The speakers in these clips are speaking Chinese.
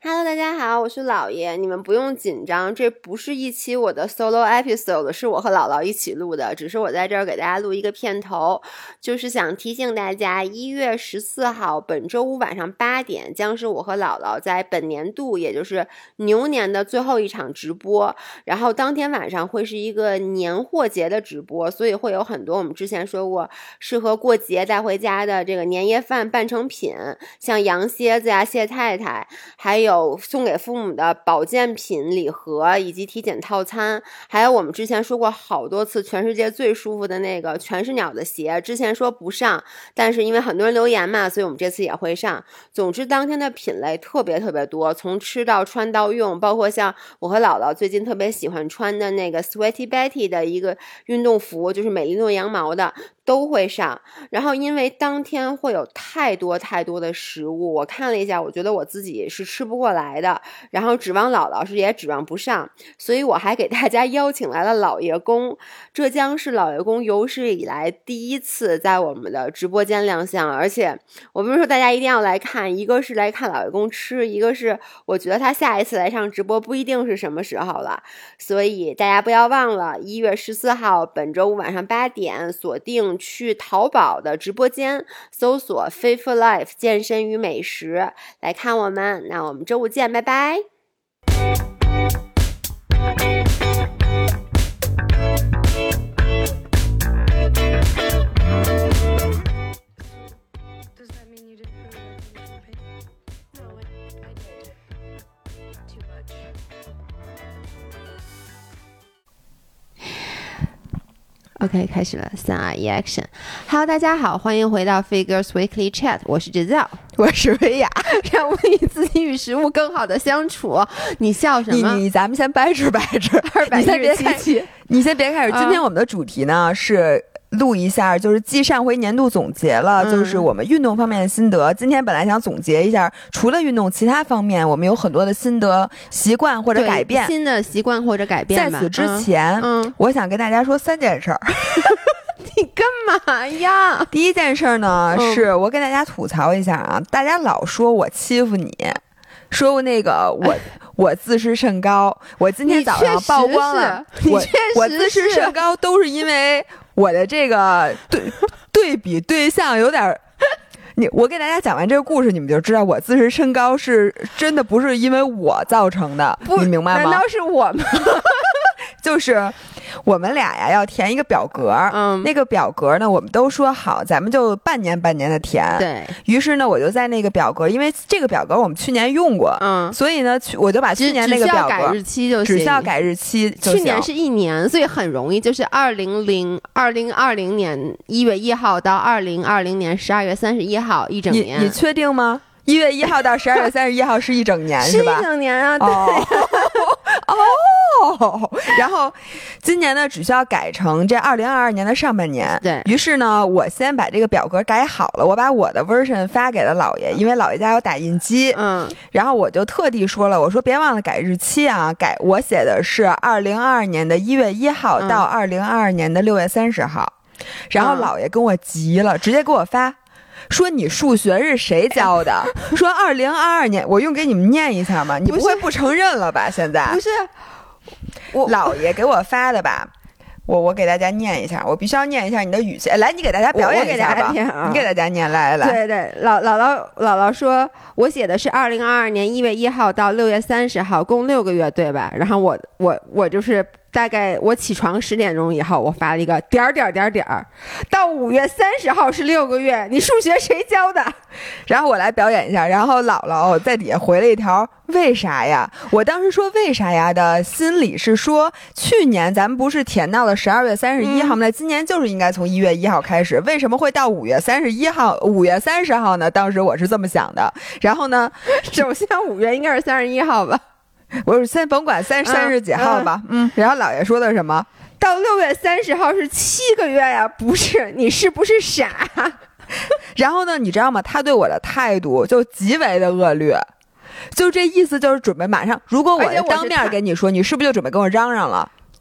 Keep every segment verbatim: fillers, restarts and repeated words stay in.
Hello， 大家好，我是老爷，你们不用紧张，这不是一期我的 solo episode， 是我和姥姥一起录的，只是我在这儿给大家录一个片头，就是想提醒大家，一月十四号本周五晚上八点，将是我和姥姥在本年度，也就是牛年的最后一场直播，然后当天晚上会是一个年货节的直播，所以会有很多我们之前说过适合过节带回家的这个年夜饭半成品，像羊蝎子呀、蟹太太，还有有送给父母的保健品礼盒以及体检套餐，还有我们之前说过好多次全世界最舒服的那个全是鸟的鞋，之前说不上，但是因为很多人留言嘛，所以我们这次也会上。总之当天的品类特别特别多，从吃到穿到用，包括像我和姥姥最近特别喜欢穿的那个 Sweaty Betty 的一个运动服，就是美丽诺羊毛的都会上。然后因为当天会有太多太多的食物，我看了一下，我觉得我自己是吃不过来的，然后指望姥姥是也指望不上，所以我还给大家邀请来了老爷公，这将是老爷公有史以来第一次在我们的直播间亮相，而且我不是说大家一定要来看，一个是来看老爷公吃，一个是我觉得他下一次来上直播不一定是什么时候了，所以大家不要忘了一月十四号本周五晚上八点锁定去淘宝的直播间，搜索 Fit for Life 健身与美食来看我们，那我们周五见，拜拜。OK， 开始了，三二一 ，Action！ Hello， 大家好，欢迎回到 Figures Weekly Chat， 我是 Giselle， 我是薇娅， 让我与自己与食物更好的相处。你笑什么？ 你你咱们先掰扯掰扯， 二百一十七期， 你先别开始。今天我们的主题呢、嗯、是。录一下，就是继上回年度总结了、嗯、就是我们运动方面的心得。今天本来想总结一下除了运动其他方面我们有很多的心得习惯或者改变， 新的习惯或者改变吧。 在此之前、嗯嗯、我想跟大家说三件事儿。 你干嘛呀？ 第一件事呢、嗯、是我跟大家吐槽一下啊，大家老说我欺负你，说那个我我自视甚高，我今天早上曝光了我我自视甚高都是因为我的这个对对比对象有点，你我给大家讲完这个故事，你们就知道我自视甚高是真的不是因为我造成的，你明白吗？ 难道是我吗？ 就是我们俩呀要填一个表格，嗯，那个表格呢我们都说好咱们就半年半年的填， 对于是呢我就在那个表格，因为这个表格我们去年用过，嗯，所以呢我就把去年那个表格只需要改日期就行， 只需要改日期就行。 去年是一年，所以很容易，就是二零零二零二零年一月一号到二零二零年十二月三十一号一整年。 你你确定吗？一月一号到十二月三十一号是一整年是吧？ 是一整年啊，对。 哦，哦然后今年呢只需要改成这二零二二年的上半年。 对于是呢我先把这个表格改好了，我把我的 version 发给了姥爷，因为姥爷家有打印机， 嗯， 然后我就特地说了，我说别忘了改日期啊，改我写的是二零二二年的一月一号到二零二二年的六月三十号、嗯、然后姥爷跟我急了，直接给我发说你数学是谁教的？说二零二二年，我用给你们念一下吗？你不会不承认了吧？现在不是我姥爷给我发的吧？我我给大家念一下，我必须要念一下你的语气。来，你给大家表演一下吧。 我我给大家啊、 你给大家念，来来。 对对，姥姥姥姥姥说，我写的是二零二二年一月一号到六月三十号，共六个月，对吧？然后我我我就是。大概我起床十点钟以后，我发了一个点儿点儿点儿点儿，到五月三十号是六个月，你数学谁教的？ 然后我来表演一下，然后姥姥在底下回了一条为啥呀？我当时说为啥呀的心理是说，去年咱们不是填到了十二月三十一号吗？嗯、今年就是应该从一月一号开始，为什么会到五月三十一号、五月三十号呢？当时我是这么想的。然后呢， 首先五月应该是三十一号吧。 我先甭管三三十几号吧，嗯，嗯然后姥爷说的什么？ 到六月三十号是七个月呀？不是，你是不是傻？ 然后呢，你知道吗？他对我的态度就极为的恶劣，就这意思就是准备马上，如果我当面跟你说，你是不是就准备跟我嚷嚷了？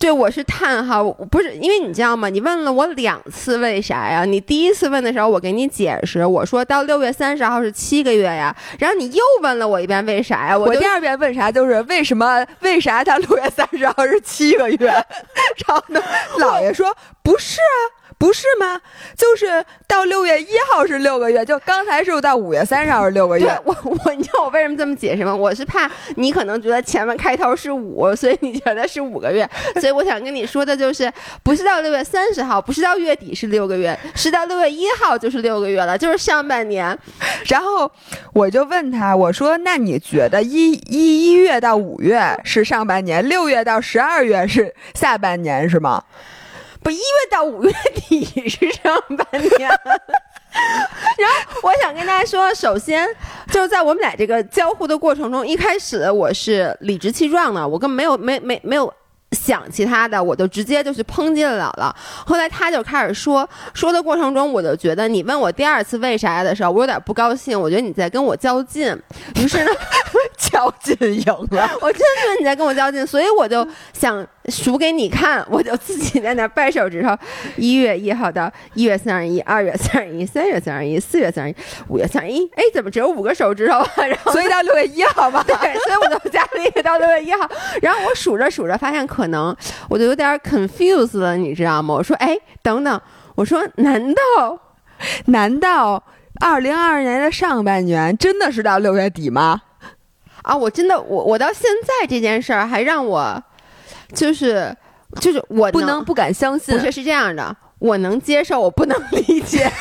对，我是叹号，不是因为你知道吗？你问了我两次为啥呀？你第一次问的时候，我给你解释，我说到六月三十号是七个月呀，然后你又问了我一遍为啥呀？我, 我第二遍问啥就是为什么？为啥到六月三十号是七个月？然后呢，姥爷说不是啊。不是吗？就是到六月一号是六个月，就刚才是到五月三十号是六个月。 对我我你知道我为什么这么解释吗？我是怕你可能觉得前面开头是五，所以你觉得是五个月，所以我想跟你说的就是，不是到六月三十号，不是到月底是六个月，是到六月一号就是六个月了，就是上半年。 然后我就问他，我说那你觉得一一一月到五月是上半年，六月到十二月是下半年是吗？ 不，一月到五月底是上半年。然后我想跟大家说，首先就是在我们俩这个交互的过程中，一开始我是理直气壮的，我根本没有没没没有想其他的，我就直接就是抨击了姥姥。后来他就开始说说的过程中，我就觉得你问我第二次为啥的时候，我有点不高兴，我觉得你在跟我较劲。于是呢， 较劲赢了， 我真觉得你在跟我较劲，所以我就想数给你看，我就自己在那掰手指头，一月一号到一月三十一，二月三十一，三月三十一，四月三十一，五月三十一，哎，怎么只有五个手指头啊？然后所以到六月一号吧， 对，所以我就加了一个到六月一号。然后我数着数着发现可能我就有点 confused 了，你知道吗？我说，哎，等等，我说难道难道二零二二年的上半年真的是到六月底吗？ 啊，我真的我我到现在这件事儿还让我就是就是我不能不敢相信。 不是是这样的，我能接受，我不能理解。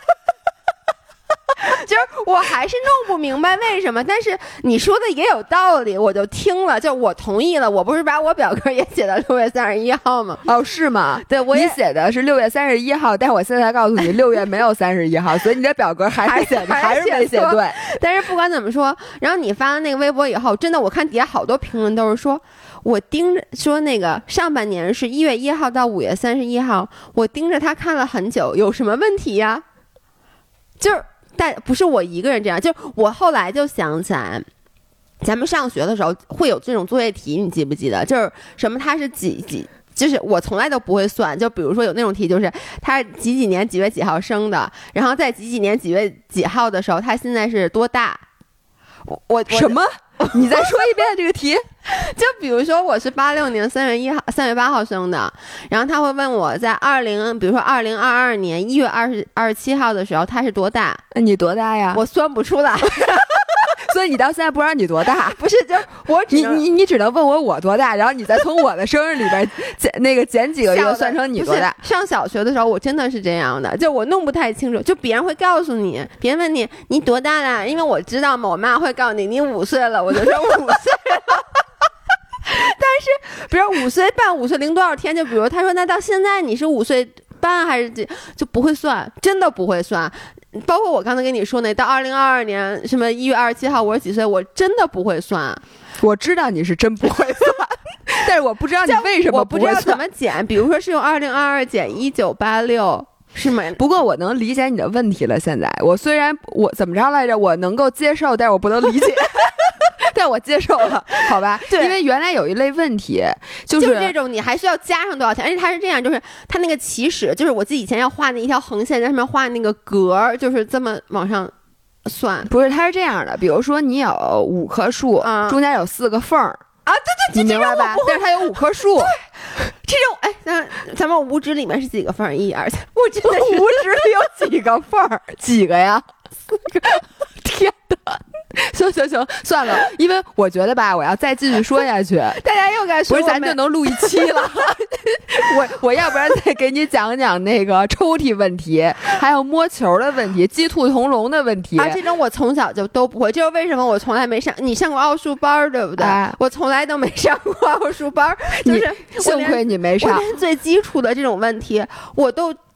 就是我还是弄不明白为什么，但是你说的也有道理，我就听了，就我同意了。我不是把我表格也写到六月三十一号吗？ 哦，是吗？ 对，我也写的是六月三十一号，但我现在告诉你，六月没有三十一号，所以你的表格还是写的还是没写对。 但是不管怎么说，然后你发了那个微博以后，真的我看底下好多评论都是说，我盯着说那个上半年是一月一号到五月三十一号，我盯着他看了很久，有什么问题呀？就是。但不是我一个人这样，就我后来就想起来，咱们上学的时候会有这种作业题，你记不记得？就是什么他是几几，就是我从来都不会算。就比如说有那种题，就是他几几年几月几号生的，然后在几几年几月几号的时候，他现在是多大？我我什么？你再说一遍这个题。 就比如说我是八六年三月一号三月八号生的，然后他会问我在二零比如说二零二二年一月二十二十七号的时候他是多大？ 你多大呀？ 我算不出来。 所以你到现在不知道你多大？ 不是，就我你你你只能问我我多大，然后你再从我的生日里边减那个减几个月算成你多大。 上小学的时候我真的是这样的，就我弄不太清楚，就别人会告诉你，别人问你你多大了，因为我知道嘛，我妈会告诉你你五岁了，我就说五岁了。但是比如五岁半五岁零多少天，就比如他说那到现在你是五岁半还是几，就不会算，真的不会算。包括我刚才跟你说那到二零二二年什么一月二十七号我是几岁，我真的不会算。 我知道你是真不会算，但是我不知道你为什么不会算。 我不知道怎么减，比如说是用二零二二减一九八六。是吗？ 不过我能理解你的问题了。现在我虽然我怎么着来着，我能够接受，但是我不能理解。但我接受了，好吧？ 对， 因为原来有一类问题，就是、就是、这种你还需要加上多少钱，而且它是这样，就是它那个起始，就是我自己以前要画那一条横线，在上面画那个格，就是这么往上算。 不是，它是这样的，比如说你有五棵树， 嗯、 中间有四个缝儿。 啊，对对， 你明白吧？但是它有五棵树， 对，这种哎，咱咱们五指里面是几个缝儿？一二三，我真的五指里有几个缝儿？几个呀？四个！天哪！行行行，算了，因为我觉得吧，我要再继续说下去， 大家又该说不是咱就能录一期了。我我要不然再给你讲讲那个抽屉问题，还有摸球的问题，鸡兔同笼的问题啊，这种我从小就都不会。这是为什么我从来没上？你上过奥数班对不对？ 哎、 我从来都没上过奥数班，就是幸亏你没上。 我连最基础的这种问题，我都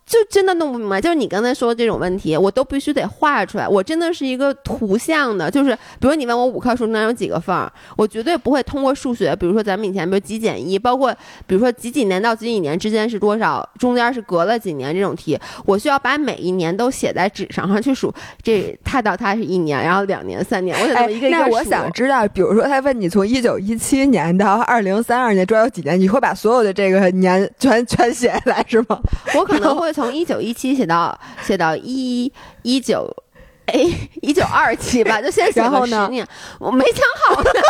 就真的弄不明白，就是你刚才说的这种问题，我都必须得画出来。我真的是一个图像的，就是比如你问我五棵树中间有几个缝，我绝对不会通过数学，比如说咱们以前比如几减一，包括比如说几几年到几几年之间是多少，中间是隔了几年这种题，我需要把每一年都写在纸上上去数，这它到它是一年，然后两年、三年，我得这么一个一个数。 哎，那我想知道，比如说他问你从一九一七年到二零三二年中有几年，你会把所有的这个年全全写下来是吗？ 我可能会从一九一七写到写到一一九，哎，一九二七吧，就先写个十年。我没想好呢。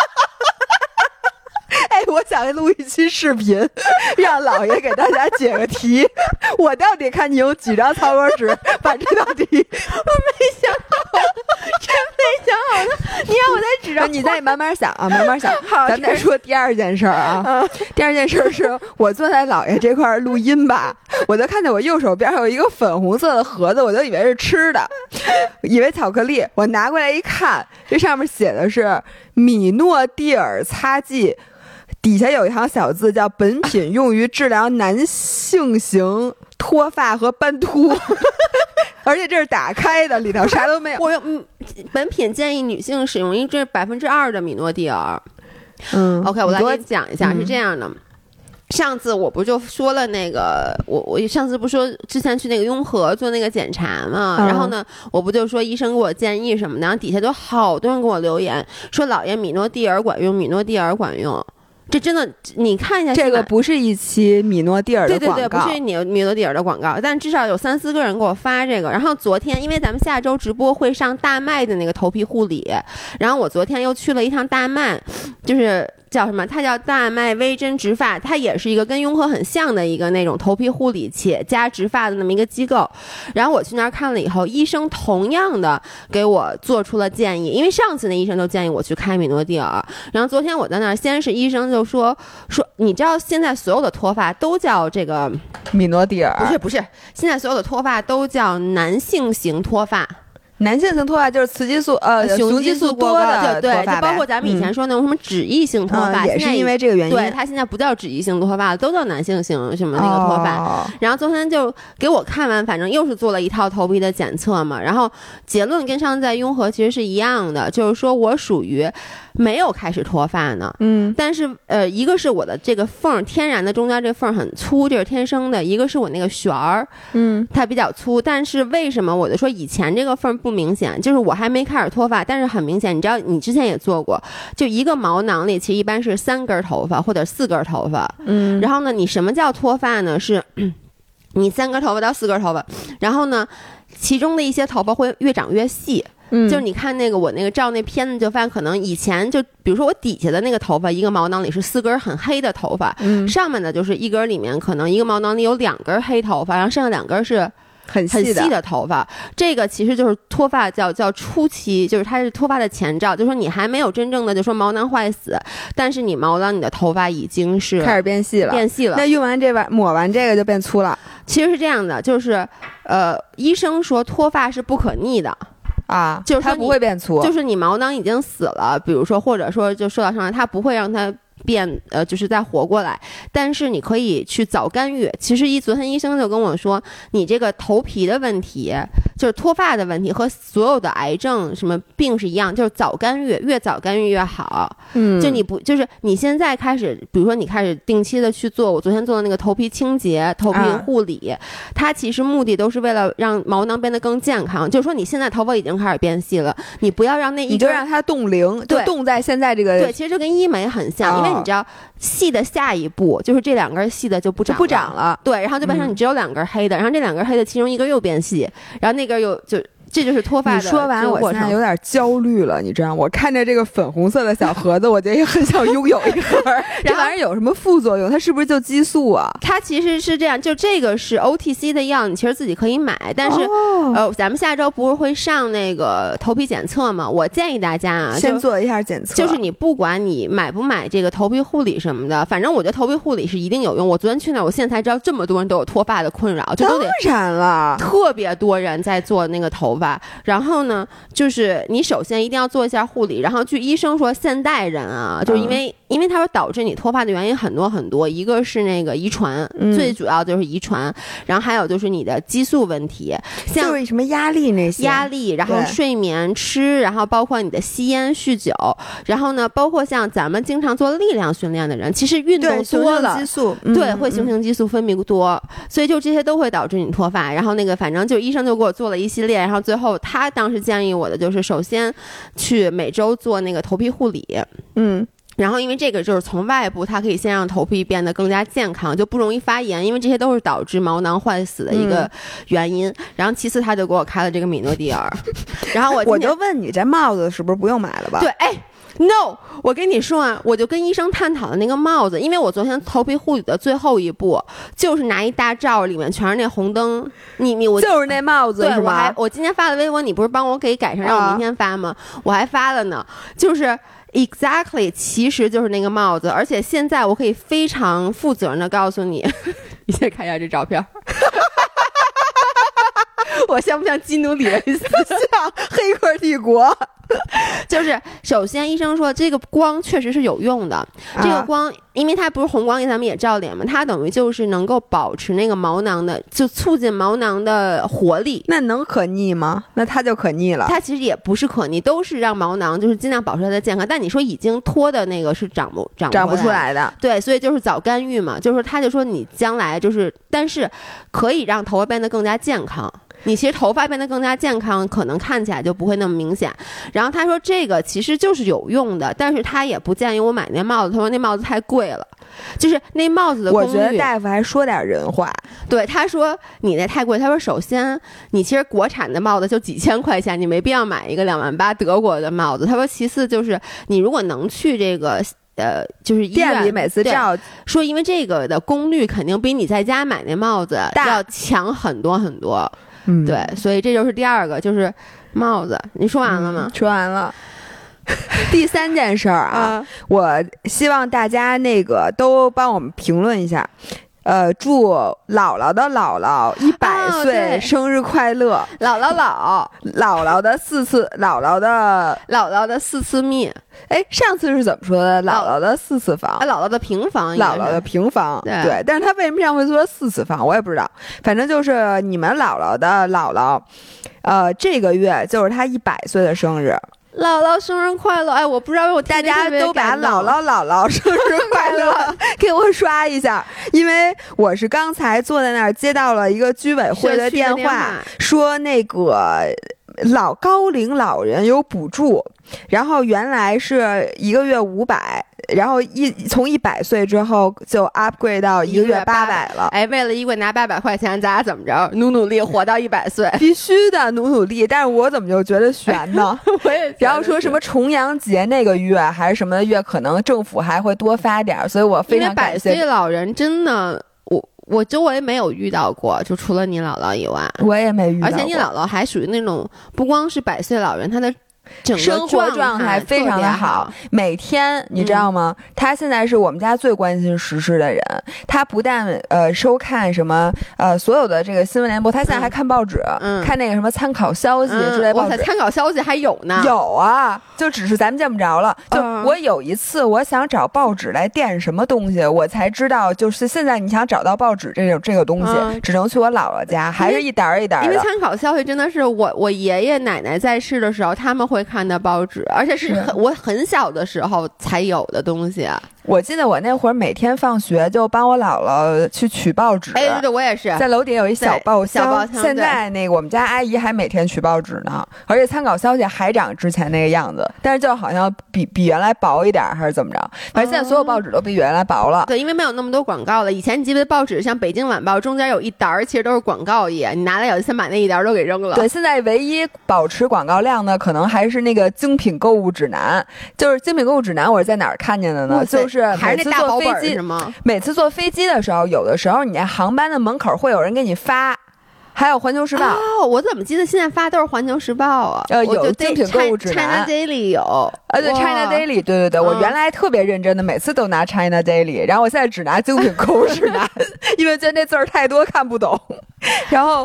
哎，我想录一期视频，让姥爷给大家解个题。我到底看你有几张草稿纸把这道题？我没想好，真没想好呢。你让我在纸上， 你再慢慢想啊，慢慢想。好，咱再说第二件事儿啊。第二件事是我坐在姥爷这块录音吧，我就看见我右手边有一个粉红色的盒子，我就以为是吃的，以为巧克力。我拿过来一看，这上面写的是米诺地尔擦剂。底下有一行小字叫本品用于治疗男性型脱发和斑秃。而且这是打开的，里头啥都没有。 我嗯，本品建议女性使用一这百分之二的米诺地尔。 嗯 ，OK， 我来给你讲一下，嗯、是这样的。上次我不就说了那个，我我上次不说之前去那个雍和做那个检查嘛，嗯、然后呢，我不就说医生给我建议什么的，然后底下就好多人给我留言说老爷米诺地尔管用，米诺地尔管用。这真的，你看一下， 这个不是一期米诺地尔的广告， 对对对，不是米米诺地尔的广告，但至少有三四个人给我发这个。然后昨天，因为咱们下周直播会上大麦的那个头皮护理，然后我昨天又去了一趟大麦，就是叫什么？它叫大麦微针植发，它也是一个跟雍和很像的一个那种头皮护理且加植发的那么一个机构。然后我去那儿看了以后，医生同样的给我做出了建议，因为上次那医生就建议我去开米诺地尔，然后昨天我在那儿，先是医生就说说，你知道现在所有的脱发都叫这个米诺地尔？ 不是不是，现在所有的脱发都叫男性型脱发。 男性型脱发就是雌激素呃雄激素多的对，就包括咱们以前说那种什么脂溢性脱发， 嗯、也是因为这个原因。 对，它现在不叫脂溢性脱发了，都叫男性型什么那个脱发。哦、然后昨天就给我看完，反正又是做了一套头皮的检测嘛，然后结论跟上次在雍和其实是一样的，就是说我属于没有开始脱发呢， 嗯， 但是呃，一个是我的这个缝天然的中间这缝很粗，这是天生的；一个是我那个旋儿， 嗯， 它比较粗。但是为什么我就说以前这个缝不明显，就是我还没开始脱发，但是很明显，你知道你之前也做过，就一个毛囊里其实一般是三根头发或者四根头发， 嗯， 然后呢，你什么叫脱发呢？是你三根头发到四根头发，然后呢，其中的一些头发会越长越细。 嗯， 就是你看那个我那个照那片子，就发现可能以前就比如说我底下的那个头发，一个毛囊里是四根很黑的头发， 嗯， 上面的就是一根里面可能一个毛囊里有两根黑头发，然后剩下两根是很细的很细的头发。这个其实就是脱发叫叫初期，就是它是脱发的前兆，就是说你还没有真正的就说毛囊坏死，但是你毛囊你的头发已经是开始变细了， 变细了。 那用完这玩抹完这个就变粗了。 其实是这样的，就是呃，医生说脱发是不可逆的。 啊， 就是它不会变粗， 就是你毛囊已经死了，比如说或者说就受到伤害，它不会让它变呃，就是再活过来。但是你可以去早干预。其实一昨天医生就跟我说，你这个头皮的问题，就是脱发的问题，和所有的癌症什么病是一样，就是早干预，越早干预越好。 嗯， 就你不就是你现在开始，比如说你开始定期的去做，我昨天做的那个头皮清洁、头皮护理，啊、它其实目的都是为了让毛囊变得更健康。就是说你现在头发已经开始变细了，你不要让那一你就让它冻龄，就冻在现在这个对，其实就跟医美很像，哦、因为你知道细的下一步就是这两根细的就不长了就不长了， 对，然后就变成你只有两根黑的，嗯、然后这两根黑的其中一根又变细，然后那根又就。这就是脱发的你说完，我现在有点焦虑了，你知道吗？我看着这个粉红色的小盒子，我就也很想拥有一盒。这玩意儿有什么副作用？它是不是就激素啊？ 它其实是这样，就这个是 O T C 的药，你其实自己可以买，但是、哦、呃，咱们下周不是会上那个头皮检测吗？我建议大家啊， 先做一下检测。 就是你不管你买不买这个头皮护理什么的，反正我觉得头皮护理是一定有用。我昨天去那儿，我现在才知道这么多人都有脱发的困扰，就都得当然了， 特别多人在做那个头发，然后。然后呢，就是你首先一定要做一下护理。然后据医生说，现代人啊，就是因为因为它说导致你脱发的原因很多很多，一个是那个遗传、嗯、最主要就是遗传，然后还有就是你的激素问题，像就是什么压力那些压力，然后睡眠、吃，然后包括你的吸烟酗酒，然后呢包括像咱们经常做力量训练的人，其实运动多了激素、 嗯、对会形成激素分泌多、嗯、所以就这些都会导致你脱发。然后那个反正就医生就给我做了一系列，然后最后他当时建议我的就是首先去每周做那个头皮护理， 嗯， 然后因为这个就是从外部它可以先让头皮变得更加健康，就不容易发炎，因为这些都是导致毛囊坏死的一个原因、嗯、然后其次他就给我开了这个米诺地尔然后我我就问你这帽子是不是不用买了吧？ 对，哎No， 我跟你说啊，我就跟医生探讨的那个帽子，因为我昨天头皮护理的最后一步就是拿一大罩，里面全是那红灯，你你我就是那帽子是吧？ 对，我还我今天发了微博，你不是帮我给改成让我明天发吗？啊、我还发了呢，就是 exactly， 其实就是那个帽子，而且现在我可以非常负责任的告诉你，你先看一下这照片。我像不像基努里维斯？ 像黑客帝国。 就是首先医生说这个光确实是有用的、啊、这个光因为它不是红光咱们也照脸嘛，它等于就是能够保持那个毛囊的，就促进毛囊的活力。 那能可逆吗？那它就可逆了。 它其实也不是可逆，都是让毛囊就是尽量保持它的健康。但你说已经脱的那个是长不长不长不出来的， 对，所以就是早干预嘛，就是他就说你将来就是但是可以让头发变得更加健康，你其实头发变得更加健康，可能看起来就不会那么明显。然后他说这个其实就是有用的，但是他也不建议我买那帽子，他说那帽子太贵了，就是那帽子的功率。 我觉得大夫还说点人话。 对，他说你那太贵，他说首先你其实国产的帽子就几千块钱，你没必要买一个两万八德国的帽子。他说其次就是你如果能去这个呃，就是医院店里每次照说，因为这个的功率肯定比你在家买那帽子要强很多很多。 嗯， 对，所以这就是第二个，就是帽子。你说完了吗？ 嗯、说完了。第三件事儿啊，啊我希望大家那个都帮我们评论一下。呃，祝姥姥的姥姥一百岁生日快乐！ 哦、姥姥姥姥姥的四次姥姥的姥姥的四次蜜。 哎，上次是怎么说的？姥姥的四次房， 啊、姥姥的平房， 姥姥的平房， 对。 对，但是他为什么这样会说四次房，我也不知道。反正就是你们姥姥的姥姥，呃，这个月就是他一百岁的生日。 姥姥生日快乐！哎，我不知道，我大家都把姥姥姥姥生日快乐给我刷一下，因为我是刚才坐在那儿接到了一个居委会的电话， 电话说那个老高龄老人有补助，然后原来是一个月五百，然后一从一百岁之后就 upgrade 到一个月八百了。 哎，为了一个月拿八百块钱，咱俩怎么着努努力活到一百岁？ 必须的，努努力。但是我怎么就觉得悬呢？ 我也。 然后说什么重阳节那个月还是什么的月，可能政府还会多发点，所以我非常感谢。 百岁老人真的，我我周围没有遇到过，就除了你姥姥以外， 我也没遇到过。 而且你姥姥还属于那种不光是百岁老人，她的整个生活状态非常的好，每天你知道吗、嗯、他现在是我们家最关心时事的人，他不但呃收看什么呃所有的这个新闻联播，他现在还看报纸、嗯、看那个什么参考消息之类的报纸、 嗯、参考消息还有呢， 有啊，就只是咱们见不着了。就我有一次我想找报纸来垫什么东西，我才知道就是现在你想找到报纸这种这个东西、嗯、只能去我姥姥家，还是一沓一沓的。 因为参考消息真的是我我爷爷奶奶在世的时候他们会看的报纸，而且是很我很小的时候才有的东西。 我记得我那会儿每天放学就帮我姥姥去取报纸， 哎，对，我也是， 在楼底有一小报箱， 小报箱。 现在那个我们家阿姨还每天取报纸呢，而且参考消息还长之前那个样子，但是就好像比比原来薄一点还是怎么着，反正现在所有报纸都比原来薄了。 嗯、对，因为没有那么多广告了。以前你记得报纸像《北京晚报》中间有一沓，其实都是广告页，你拿来有先把那一沓都给扔了。 对，现在唯一保持广告量呢，可能还是那个精品购物指南。就是精品购物指南，我是在哪儿看见的呢？就是还是那大薄本是吗？ 每次坐飞机的时候，有的时候你在航班的门口会有人给你发。还有环球时报哦，我怎么记得现在发都是环球时报啊？ 呃，有精品购物指南 ，China Daily 有， 呃，对 ，China Daily， 对对对，嗯、我原来特别认真的，每次都拿 China Daily， 然后我现在只拿精品购物指南，因为觉得那字儿太多看不懂。然后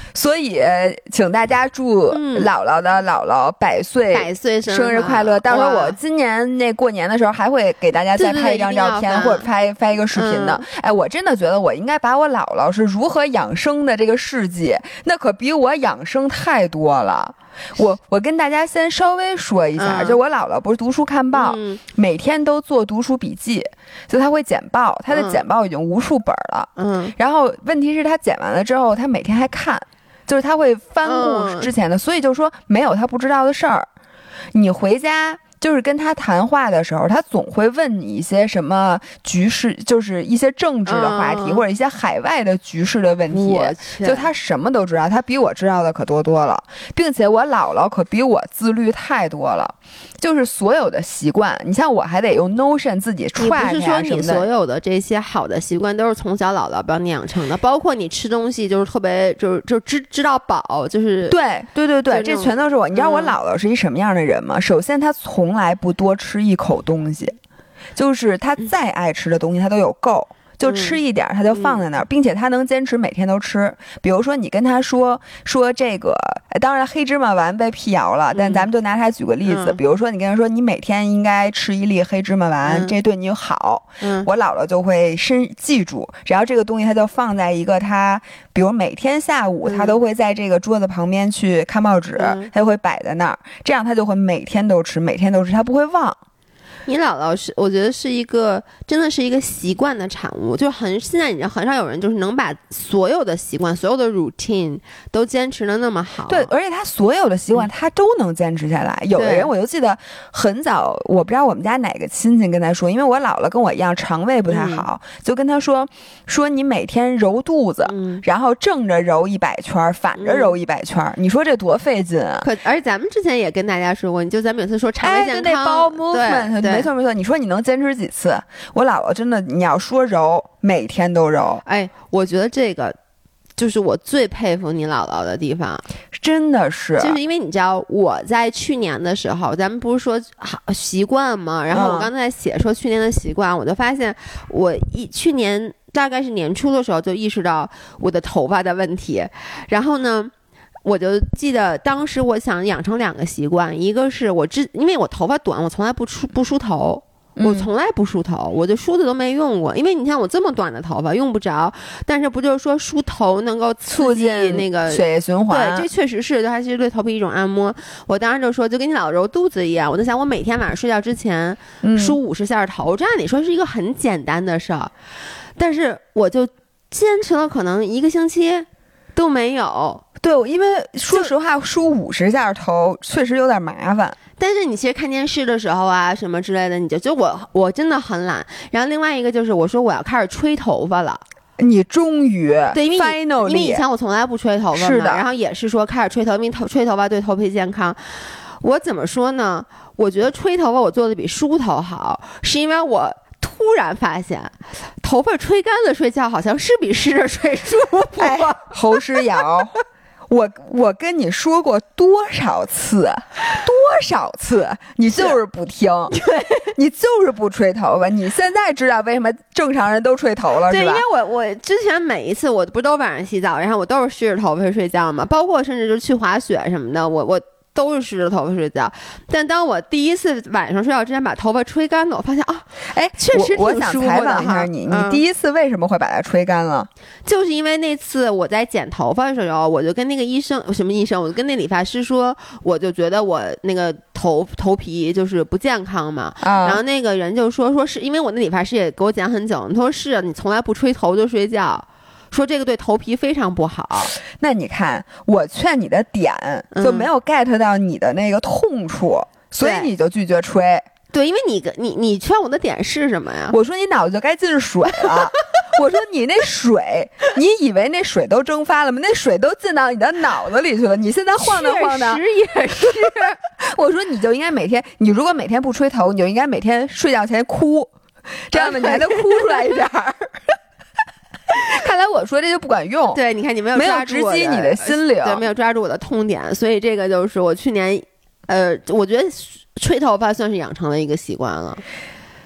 所以请大家祝姥姥的姥姥百岁百岁生日快乐。到时候我今年那过年的时候还会给大家再拍一张照片，或者拍拍一个视频的、嗯、哎，我真的觉得我应该把我姥姥是如何养生的这个事迹，那可比我养生太多了。我我跟大家先稍微说一下、嗯、就我姥姥不是读书看报、嗯、每天都做读书笔记，就她会剪报，她的剪报已经无数本了，嗯，然后问题是她剪完了之后她每天还看，就是她会翻顾之前的、嗯、所以就说没有她不知道的事儿。你回家就是跟他谈话的时候，他总会问你一些什么局势，就是一些政治的话题、嗯、或者一些海外的局势的问题，就他什么都知道，他比我知道的可多多了，并且我姥姥可比我自律太多了，就是所有的习惯，你像我还得用 Notion 自己 track 什么的。你不是说你所有的这些好的习惯都是从小姥姥帮你养成的，包括你吃东西就是特别就是就知知道饱，就是对对对对，这全都是我。你知道我姥姥是一什么样的人吗？嗯、首先她从来不多吃一口东西，就是她再爱吃的东西她都有够。就吃一点他就放在那儿、嗯、并且他能坚持每天都吃。比如说你跟他说说这个，当然黑芝麻丸被辟谣了、嗯、但咱们就拿它举个例子、嗯、比如说你跟他说你每天应该吃一粒黑芝麻丸、嗯、这对你好、嗯、我姥姥就会深记住，然后这个东西他就放在一个他比如每天下午他都会在这个桌子旁边去看报纸、嗯、他就会摆在那儿，这样他就会每天都吃每天都吃，他不会忘。 你姥姥是我觉得是一个真的是一个习惯的产物，就很现在你很少有人就是能把所有的习惯所有的 routine 都坚持的那么好。 对，而且他所有的习惯他都能坚持下来、嗯、有的人我就记得很早，我不知道我们家哪个亲戚跟他说，因为我姥姥跟我一样肠胃不太好、嗯、就跟他说说你每天揉肚子、嗯、然后正着揉一百圈反着揉一百圈、嗯、你说这多费劲啊。 可而且咱们之前也跟大家说过，你就咱们有次说肠胃健康、哎、 那包 movement 对没错没错，你说你能坚持几次？我姥姥真的，你要说揉，每天都揉。 哎，我觉得这个就是我最佩服你姥姥的地方， 真的是， 就是因为你知道我在去年的时候，咱们不是说习惯吗？然后我刚才写说去年的习惯，嗯、我就发现我一去年大概是年初的时候就意识到我的头发的问题，然后呢。我就记得当时我想养成两个习惯，一个是我之因为我头发短，我从来不梳不梳头，我从来不梳头，我就梳子都没用过，因为你看我这么短的头发用不着，但是不就是说梳头能够促进那个血液循环？ 对，这确实是，它其实对头皮一种按摩。我当时就说，就跟你老揉肚子一样，我就想我每天晚上睡觉之前梳五十下头，这样你说是一个很简单的事儿，但是我就坚持了可能一个星期都没有。 对，因为说实话梳五十下头确实有点麻烦， 但是你其实看电视的时候啊什么之类的，你就就我我真的很懒。然后另外一个就是我说我要开始吹头发了， 你终于对，因为 finally 因为以前我从来不吹头发嘛， 是的， 然后也是说开始吹头，因为头吹头发对头皮健康。我怎么说呢？我觉得吹头发我做的比梳头好，是因为我突然发现头发吹干了睡觉好像是比湿着睡舒服。 哎、侯诗瑶我我跟你说过多少次多少次你就是不听， 对， 你就是不吹头发。你现在知道为什么正常人都吹头了， 对， 是吧？ 因为我我之前每一次我不都晚上洗澡，然后我都是湿着头发睡觉嘛，包括甚至就去滑雪什么的，我我都是湿着头发睡觉。但当我第一次晚上睡觉之前把头发吹干了，我发现啊，哎，确实挺舒服的。 我想采访一下你，你第一次为什么会把它吹干了？ 嗯、就是因为那次我在剪头发的时候，我就跟那个医生，什么医生，我就跟那理发师说，我就觉得我那个头头皮就是不健康嘛。啊、然后那个人就说说是因为我那理发师也给我讲很久，他说是你从来不吹头就睡觉。说这个对头皮非常不好。 那你看我劝你的点就没有 get 到你的那个痛处、嗯、所以你就拒绝吹。 对，因为你你你劝我的点是什么呀？ 我说你脑子就该进水了我说你那水你以为那水都蒸发了吗？那水都进到你的脑子里去了，你现在晃荡晃荡。 确实也是我说你就应该每天，你如果每天不吹头，你就应该每天睡觉前哭，这样的你还能哭出来一点儿看来我说这就不管用。 对，你看你没有没有直击你的心灵， 对，没有抓住我的痛点，所以这个就是我去年，呃，我觉得吹头发算是养成了一个习惯了。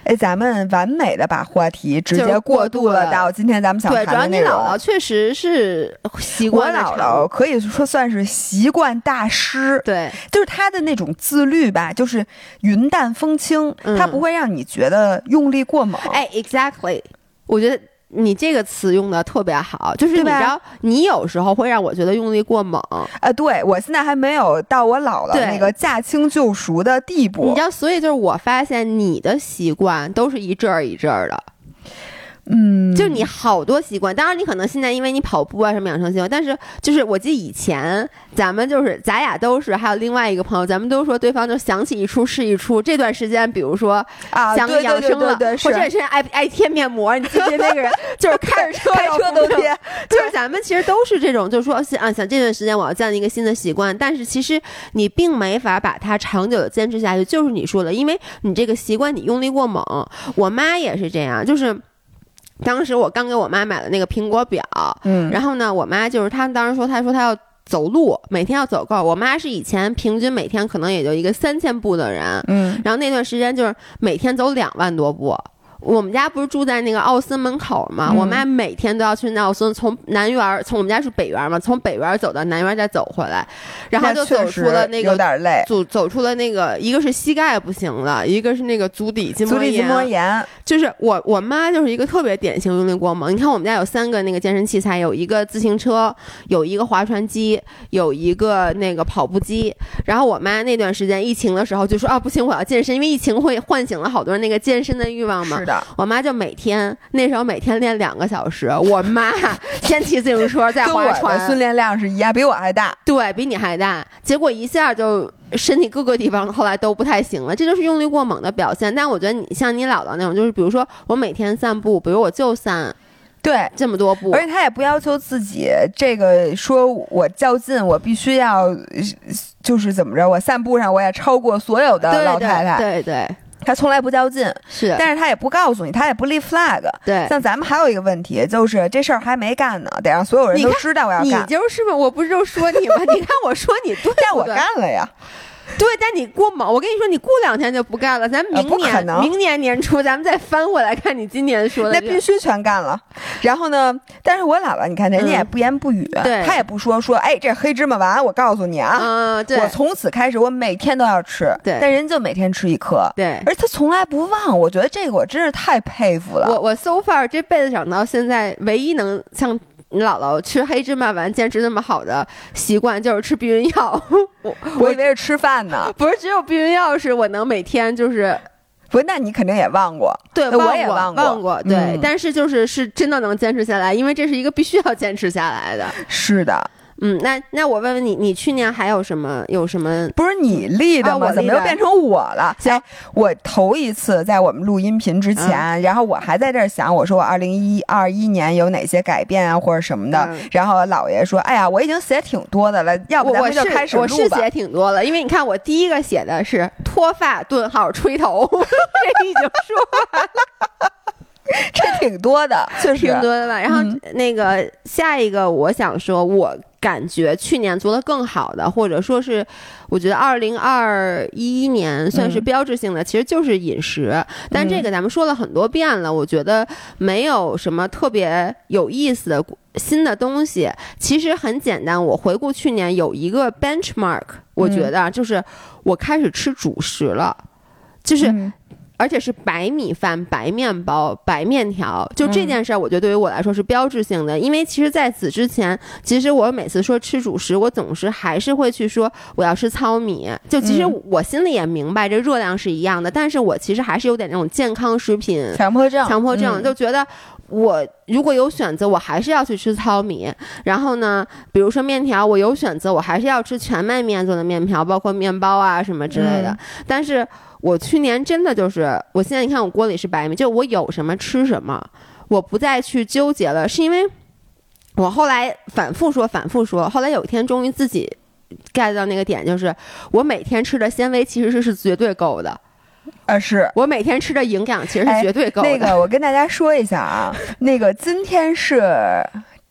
哎，咱们完美的把话题直接过渡了到今天咱们想谈的内容。 对，主要你姥姥确实是习惯的， 我姥姥可以说算是习惯大师。 对， 就是她的那种自律吧，就是云淡风轻，嗯、她不会让你觉得用力过猛。 哎 ，exactly， 我觉得。你这个词用的特别好，就是你知道，你有时候会让我觉得用力过猛啊、 呃。对，我现在还没有到我姥姥那个驾轻就熟的地步。 你知道，所以就是我发现你的习惯都是一阵儿一阵儿的。 嗯， 就是你好多习惯，当然你可能现在因为你跑步啊什么养成习惯，但是就是我记得以前咱们就是咱俩都是，还有另外一个朋友，咱们都说对方就想起一出是一出。这段时间，比如说啊， 想养生了， 对对对对对或者这段时间爱爱贴面膜，你记不记得那个人就是开着车开车都贴， 就是咱们其实都是这种，就是说啊，想这段时间我要建立一个新的习惯，但是其实你并没法把它长久的坚持下去，就是你说的，因为你这个习惯你用力过猛。我妈也是这样，就是。当时我刚给我妈买了那个苹果表， 嗯， 然后呢，我妈就是她当时说，她说她要走路，每天要走够。我妈是以前平均每天可能也就一个三千步的人， 嗯， 然后那段时间就是每天走两万多步。我们家不是住在那个奥森门口嘛、嗯，我妈每天都要去那奥森，从南园，从我们家是北园嘛，从北园走到南园再走回来，然后就走出了那个有点累， 走走出了那个，一个是膝盖不行了，一个是那个足底筋膜炎， 足底筋膜炎， 就是我我妈就是一个特别典型用力过猛。你看我们家有三个那个健身器材，有一个自行车，有一个划船机，有一个那个跑步机。然后我妈那段时间疫情的时候就说啊，不行，我要健身，因为疫情会唤醒了好多人那个健身的欲望嘛。 是的。 我妈就每天那时候每天练两个小时，我妈先骑自行车再划船， 跟我的训练量是一样，比我还大， 对比你还大，结果一下就身体各个地方后来都不太行了，这就是用力过猛的表现。但我觉得你像你姥姥那种，就是比如说我每天散步，比如我就散。 对， 这么多步， 而且他也不要求自己这个说我较劲，我必须要就是怎么着，我散步上我也超过所有的老太太， 对 对, 对, 对他从来不较劲， 是， 但是他也不告诉你，他也不立 flag。 对， 像咱们还有一个问题，就是这事儿还没干呢，得让所有人都知道我要干。 你就是吧，我不是就说你吗？你看我说你对， 但我干了呀。 对，但你过猛，我跟你说，你过两天就不干了。咱明年、呃、明年年初，咱们再翻回来看你今年说的、这个。 那必须全干了。然后呢，但是我姥姥，你看人家也不言不语， 对、 嗯，他也不说说，哎，这黑芝麻丸，我告诉你啊， 嗯，对， 我从此开始我每天都要吃， 对， 但人就每天吃一颗， 对， 而他从来不忘。我觉得这个我真是太佩服了。 我我 so far 这辈子长到现在，唯一能像。你姥姥吃黑芝麻丸坚持那么好的习惯就是吃避孕药， 我我以为是吃饭呢， 不是只有避孕药是我能每天就是， 不，那你肯定也忘过， 对， 我也忘过，忘过，对、 嗯， 但是就是是真的能坚持下来，因为这是一个必须要坚持下来的， 是的。 嗯，那那我问问你，你去年还有什么有什么？ 不是你立的吗？ 啊、 怎么又变成我了？ 行， 我头一次在我们录音频之前，嗯、然后我还在这儿想，我说我二零一二一年有哪些改变啊，或者什么的。嗯、然后姥爷说：“哎呀，我已经写挺多的了，要不咱们就开始录吧。” 我是写挺多了，因为你看我第一个写的是脱发顿号吹头，这已经说完了。 这挺多的，确实挺多的吧。然后、嗯、那个下一个，我想说，我感觉去年做的更好的，或者说是，我觉得二零二一年算是标志性的，嗯、其实就是饮食。但这个咱们说了很多遍了，我觉得没有什么特别有意思的新的东西。其实很简单，我回顾去年有一个 benchmark， 我觉得就是我开始吃主食了，就是。嗯而且是白米饭、白面包、白面条，就这件事儿，我觉得对于我来说是标志性的。嗯、因为其实在此之前，其实我每次说吃主食，我总是还是会去说我要吃糙米。就其实我心里也明白这热量是一样的，嗯、但是我其实还是有点那种健康食品强迫症， 强迫症、嗯、就觉得。我如果有选择，我还是要去吃糙米。然后呢，比如说面条，我有选择，我还是要吃全麦面做的面条，包括面包啊什么之类的。嗯、但是我去年真的就是，我现在你看我锅里是白米，就我有什么吃什么，我不再去纠结了，是因为我后来反复说反复说，后来有一天终于自己 get 到那个点，就是我每天吃的纤维其实是是绝对够的。 呃，是我每天吃的营养其实是绝对够的。 哎、那个，我跟大家说一下啊，那个今天是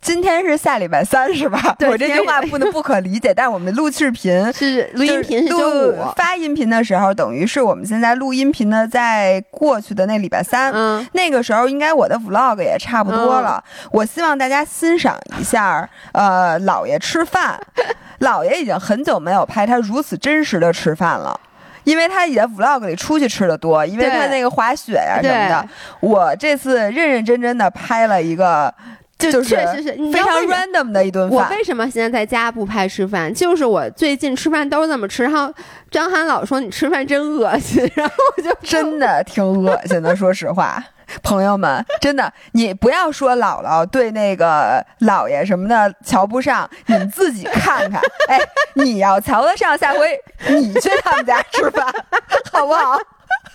今天是下礼拜三是吧？我这句话不能不可理解，但是我们录视频是录音频是周五， 发音频的时候等于是我们现在录音频的在过去的那礼拜三， 嗯， 那个时候应该我的 vlog 也差不多了。嗯、我希望大家欣赏一下，呃，姥爷吃饭。姥爷已经很久没有拍他如此真实的吃饭了。因为他也在 vlog 里出去吃的多，因为他那个滑雪呀、啊、什么的。我这次认认真真的拍了一个。就是确实是非常 random 的一顿饭。 我为什么现在在家不拍吃饭？就是我最近吃饭都这么吃，然后张涵老说你吃饭真恶心，然后我就真的挺恶心的。说实话，朋友们，真的，你不要说姥姥对那个姥爷什么的瞧不上，你们自己看看。哎，你要瞧得上，下回你去他们家吃饭，好不好？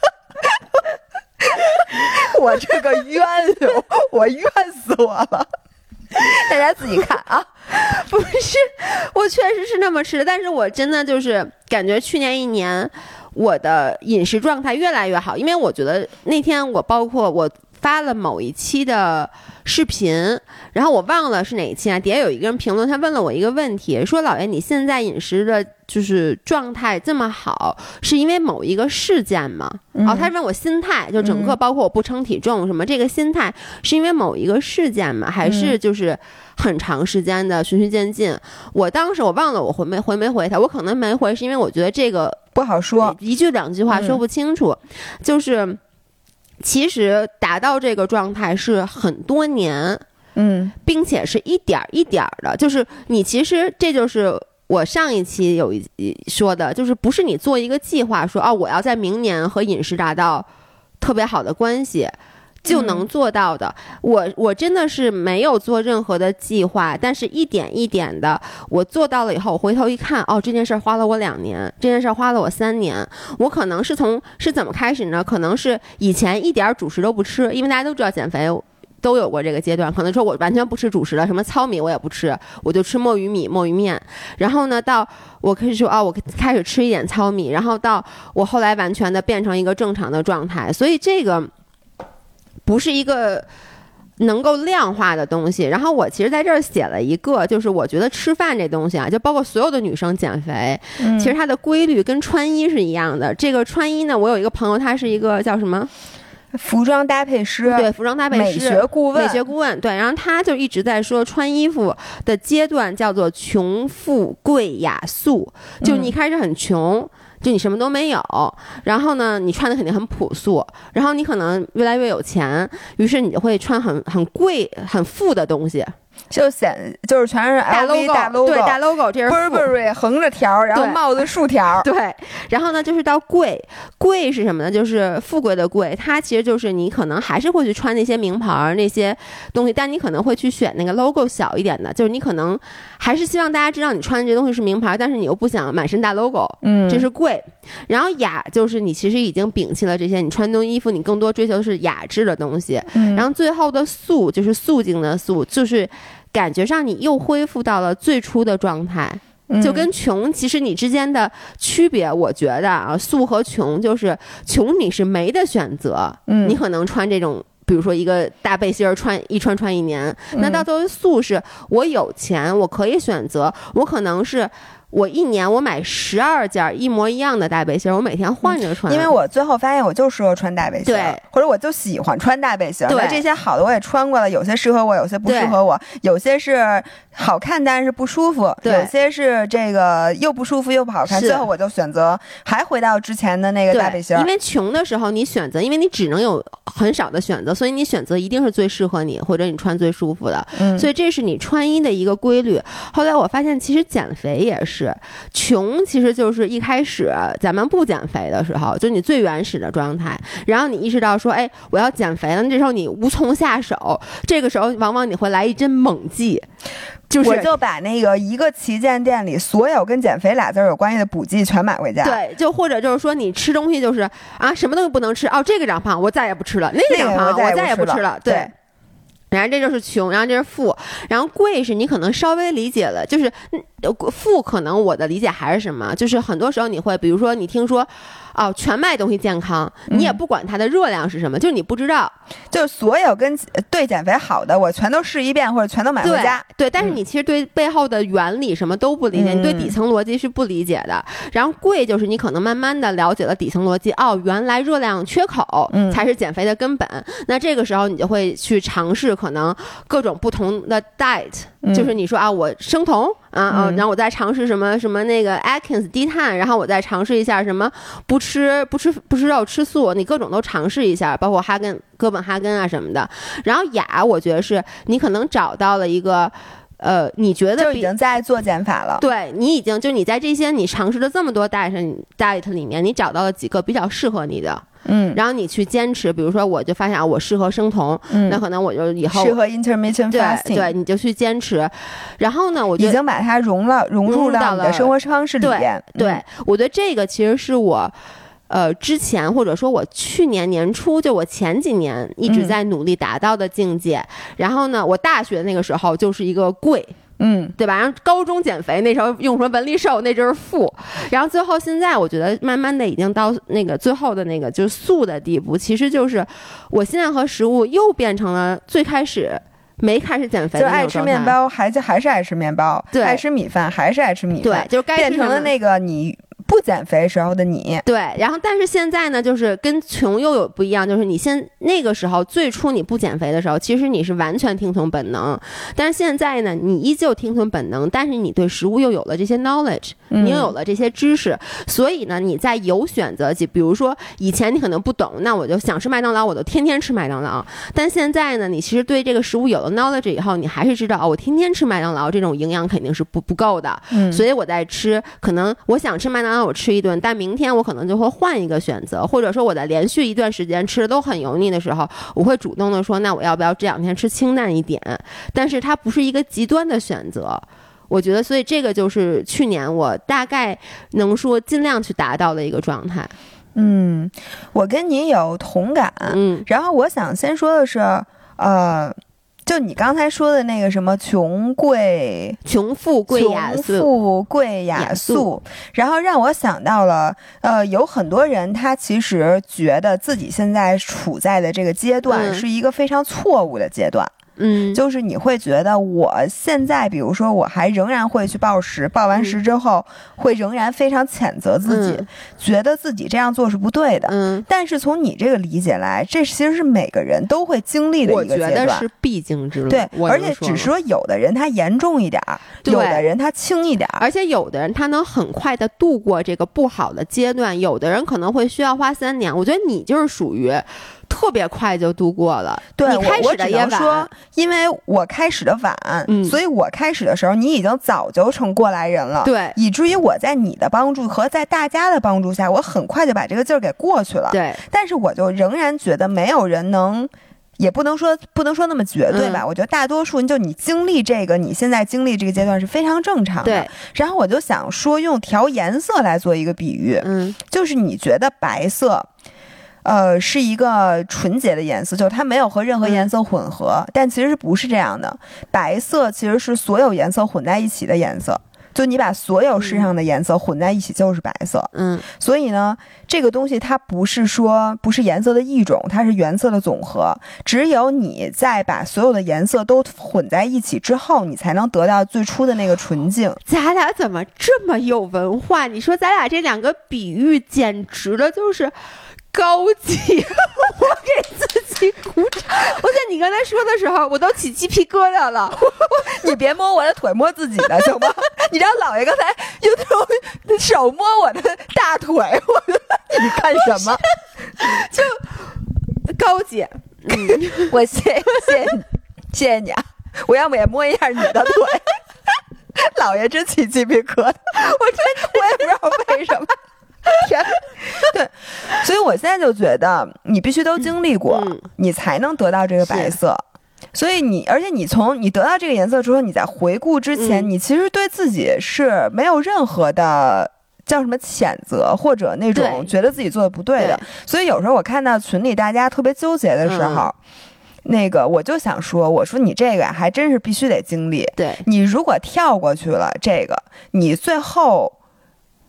我这个冤呦，我冤死我了！大家自己看啊。 不是，我确实是那么吃的，但是我真的就是感觉去年一年我的饮食状态越来越好，因为我觉得那天我包括我发了某一期的视频，然后我忘了是哪一期啊，底下有一个人评论，他问了我一个问题，说老爷你现在饮食的就是状态这么好，是因为某一个事件吗？嗯、哦，他问我心态，就整个包括我不称体重什么，嗯、这个心态是因为某一个事件吗？还是就是很长时间的循序渐进？嗯、我当时我忘了我回没回没回他，我可能没回，是因为我觉得这个不好说， 一句两句话说不清楚，嗯、就是。其实达到这个状态是很多年， 嗯， 并且是一点一点的，就是你其实这就是我上一期有一说的，就是不是你做一个计划说哦，我要在明年和饮食达到特别好的关系就能做到的。嗯、我我真的是没有做任何的计划，但是一点一点的我做到了以后，我回头一看，哦，这件事花了我两年，这件事花了我三年。我可能是从是怎么开始呢？可能是以前一点主食都不吃，因为大家都知道减肥都有过这个阶段，可能说我完全不吃主食了，什么糙米我也不吃，我就吃墨鱼米、墨鱼面。然后呢，到我可以说哦，我开始吃一点糙米，然后到我后来完全的变成一个正常的状态。所以这个不是一个能够量化的东西。然后我其实在这儿写了一个，就是我觉得吃饭这东西啊，就包括所有的女生减肥，嗯、其实它的规律跟穿衣是一样的。这个穿衣呢，我有一个朋友，他是一个叫什么？ 服装搭配师， 对，服装搭配师， 美学顾问， 美学顾问，对。然后他就一直在说，穿衣服的阶段叫做穷、富、贵、雅、素，就你一开始很穷。嗯就你什么都没有，然后呢，你穿的肯定很朴素，然后你可能越来越有钱，于是你就会穿很很贵、很富的东西， 就显就是全是 L V 大 logo， 对，大 logo， 这是 Burberry 横着条，然后帽子竖条， 对。然后呢，就是到贵，贵是什么呢？就是富贵的贵，它其实就是你可能还是会去穿那些名牌那些东西，但你可能会去选那个 logo 小一点的，就是你可能还是希望大家知道你穿的这东西是名牌，但是你又不想满身大 logo， 嗯，这是贵。然后雅就是你其实已经摒弃了这些，你穿东衣服你更多追求是雅致的东西。嗯、然后最后的素就是素净的素，就是感觉上你又恢复到了最初的状态。就跟穷其实你之间的区别，我觉得啊，素和穷就是穷你是没得选择，嗯，你可能穿这种。比如说一个大背心儿穿一穿穿一年，那到最后素是我有钱我可以选择，我可能是我一年我买十二件一模一样的大背心，我每天换着穿。 因为我最后发现我就适合穿大背心， 对， 或者我就喜欢穿大背心。 对， 这些好的我也穿过了，有些适合我，有些不适合我，有些是好看但是不舒服，有些是这个又不舒服又不好看，最后我就选择还回到之前的那个大背心。 因为穷的时候你选择，因为你只能有很少的选择，所以你选择一定是最适合你或者你穿最舒服的。嗯，所以这是你穿衣的一个规律。后来我发现其实减肥也是，穷其实就是一开始咱们不减肥的时候，就你最原始的状态，然后你意识到说哎我要减肥了，这时候你无从下手，这个时候往往你会来一针猛剂，就是我就把那个一个旗舰店里所有跟减肥俩字有关系的补剂全买回家。 对，就或者就是说你吃东西就是啊什么东西不能吃，哦这个长胖我再也不吃了，那个长胖、那个、我再也不吃了，对。对，然后这就是穷，然后这是富，然后贵是你可能稍微理解了，就是富可能我的理解还是什么，就是很多时候你会比如说你听说哦，全麦东西健康，你也不管它的热量是什么，嗯、就是你不知道， 就是所有跟对减肥好的，我全都试一遍，或者全都买回家。 对，对但是你其实对背后的原理什么都不理解，嗯、你对底层逻辑是不理解的。然后贵就是你可能慢慢的了解了底层逻辑，哦，原来热量缺口才是减肥的根本。嗯、那这个时候你就会去尝试可能各种不同的 diet，嗯、就是你说啊，我生酮啊啊、嗯，然后我再尝试什么什么那个 Atkins 低碳，然后我再尝试一下什么不吃不吃不吃肉吃素，你各种都尝试一下，包括哈根哥本哈根啊什么的。然后雅，我觉得是你可能找到了一个。呃，你觉得就已经在做减法了？ 对，你已经就你在这些你尝试了这么多 diet diet 里面，你找到了几个比较适合你的，嗯，然后你去坚持。比如说，我就发现啊，我适合生酮，嗯，那可能我就以后适合 intermittent fasting， 对对，你就去坚持。然后呢，我觉得已经把它融了融入到你的生活方式里边。 对，对我觉得这个其实是我。呃，之前或者说我去年年初，就我前几年一直在努力达到的境界。嗯、然后呢，我大学那个时候就是一个贵，嗯，对吧？然后高中减肥那时候用什么文力瘦，那就是负。然后最后现在我觉得慢慢的已经到那个最后的那个就是素的地步，其实就是我现在和食物又变成了最开始。没开始减肥的就爱吃面包，还就还是爱吃面包， 对， 爱吃米饭还是爱吃米饭， 对，就该变成了那个你不减肥时候的你。 对，然后但是现在呢，就是跟穷又有不一样，就是你现那个时候最初你不减肥的时候，其实你是完全听从本能，但是现在呢，你依旧听从本能，但是你对食物又有了这些 knowledge，、嗯、你又有了这些知识，所以呢，你在有选择期，比如说以前你可能不懂，那我就想吃麦当劳，我就天天吃麦当劳，但现在呢，你其实对这个食物有了 knowledge 以后，你还是知道哦，我天天吃麦当劳这种营养肯定是不不够的，嗯，所以我在吃，可能我想吃麦当劳我吃一顿，但明天我可能就会换一个选择，或者说我在连续一段时间吃的都很油腻的时候，我会主动的说，那我要不要这两天吃清淡一点？但是它不是一个极端的选择，我觉得，所以这个就是去年我大概能说尽量去达到的一个状态。 嗯，我跟你有同感，嗯，然后我想先说的是，呃。就你刚才说的那个什么穷贵穷富贵雅素， 穷富贵雅素，然后让我想到了，呃，有很多人他其实觉得自己现在处在的这个阶段是一个非常错误的阶段。嗯，就是你会觉得我现在比如说我还仍然会去暴食，暴完食之后会仍然非常谴责自己，嗯、觉得自己这样做是不对的。嗯，但是从你这个理解来，这其实是每个人都会经历的一个阶段， 我觉得是必经之路。 对，而且只是说有的人他严重一点，有的人他轻一点， 而且有的人他能很快的度过这个不好的阶段，有的人可能会需要花三年。我觉得你就是属于特别快就度过了。 对， 你开始的也晚， 因为我开始的晚、嗯、所以我开始的时候你已经早就成过来人了， 对， 以至于我在你的帮助和在大家的帮助下，我很快就把这个劲儿给过去了。 对， 但是我就仍然觉得没有人能，也不能说不能说那么绝对吧、嗯、我觉得大多数就你经历这个你现在经历这个阶段是非常正常的。 对， 然后我就想说用调颜色来做一个比喻，嗯，就是你觉得白色呃，是一个纯洁的颜色，就是它没有和任何颜色混合、嗯、但其实不是这样的，白色其实是所有颜色混在一起的颜色，就你把所有世上的颜色混在一起就是白色。嗯，所以呢这个东西它不是说不是颜色的一种，它是原色的总和，只有你在把所有的颜色都混在一起之后，你才能得到最初的那个纯净。 咱俩怎么这么有文化？你说咱俩这两个比喻简直的就是高级，我给自己鼓掌。我在你刚才说的时候，我都起鸡皮疙瘩了。 你别摸我的腿，摸自己的行吗？你知道姥爷刚才用手摸我的大腿，我你干什么？ 就高级。 嗯，我谢谢你，谢谢你啊！我要不也摸一下你的腿。姥爷真起鸡皮疙瘩，我真我也不知道为什么。天，对，所以我现在就觉得你必须都经历过、嗯、你才能得到这个白色。所以你而且你从你得到这个颜色之后，你在回顾之前、嗯、你其实对自己是没有任何的叫什么谴责或者那种觉得自己做的不对的。对，所以有时候我看到群里大家特别纠结的时候、嗯那个我就想说，我说你这个还真是必须得经历。 对， 你如果跳过去了这个，你最后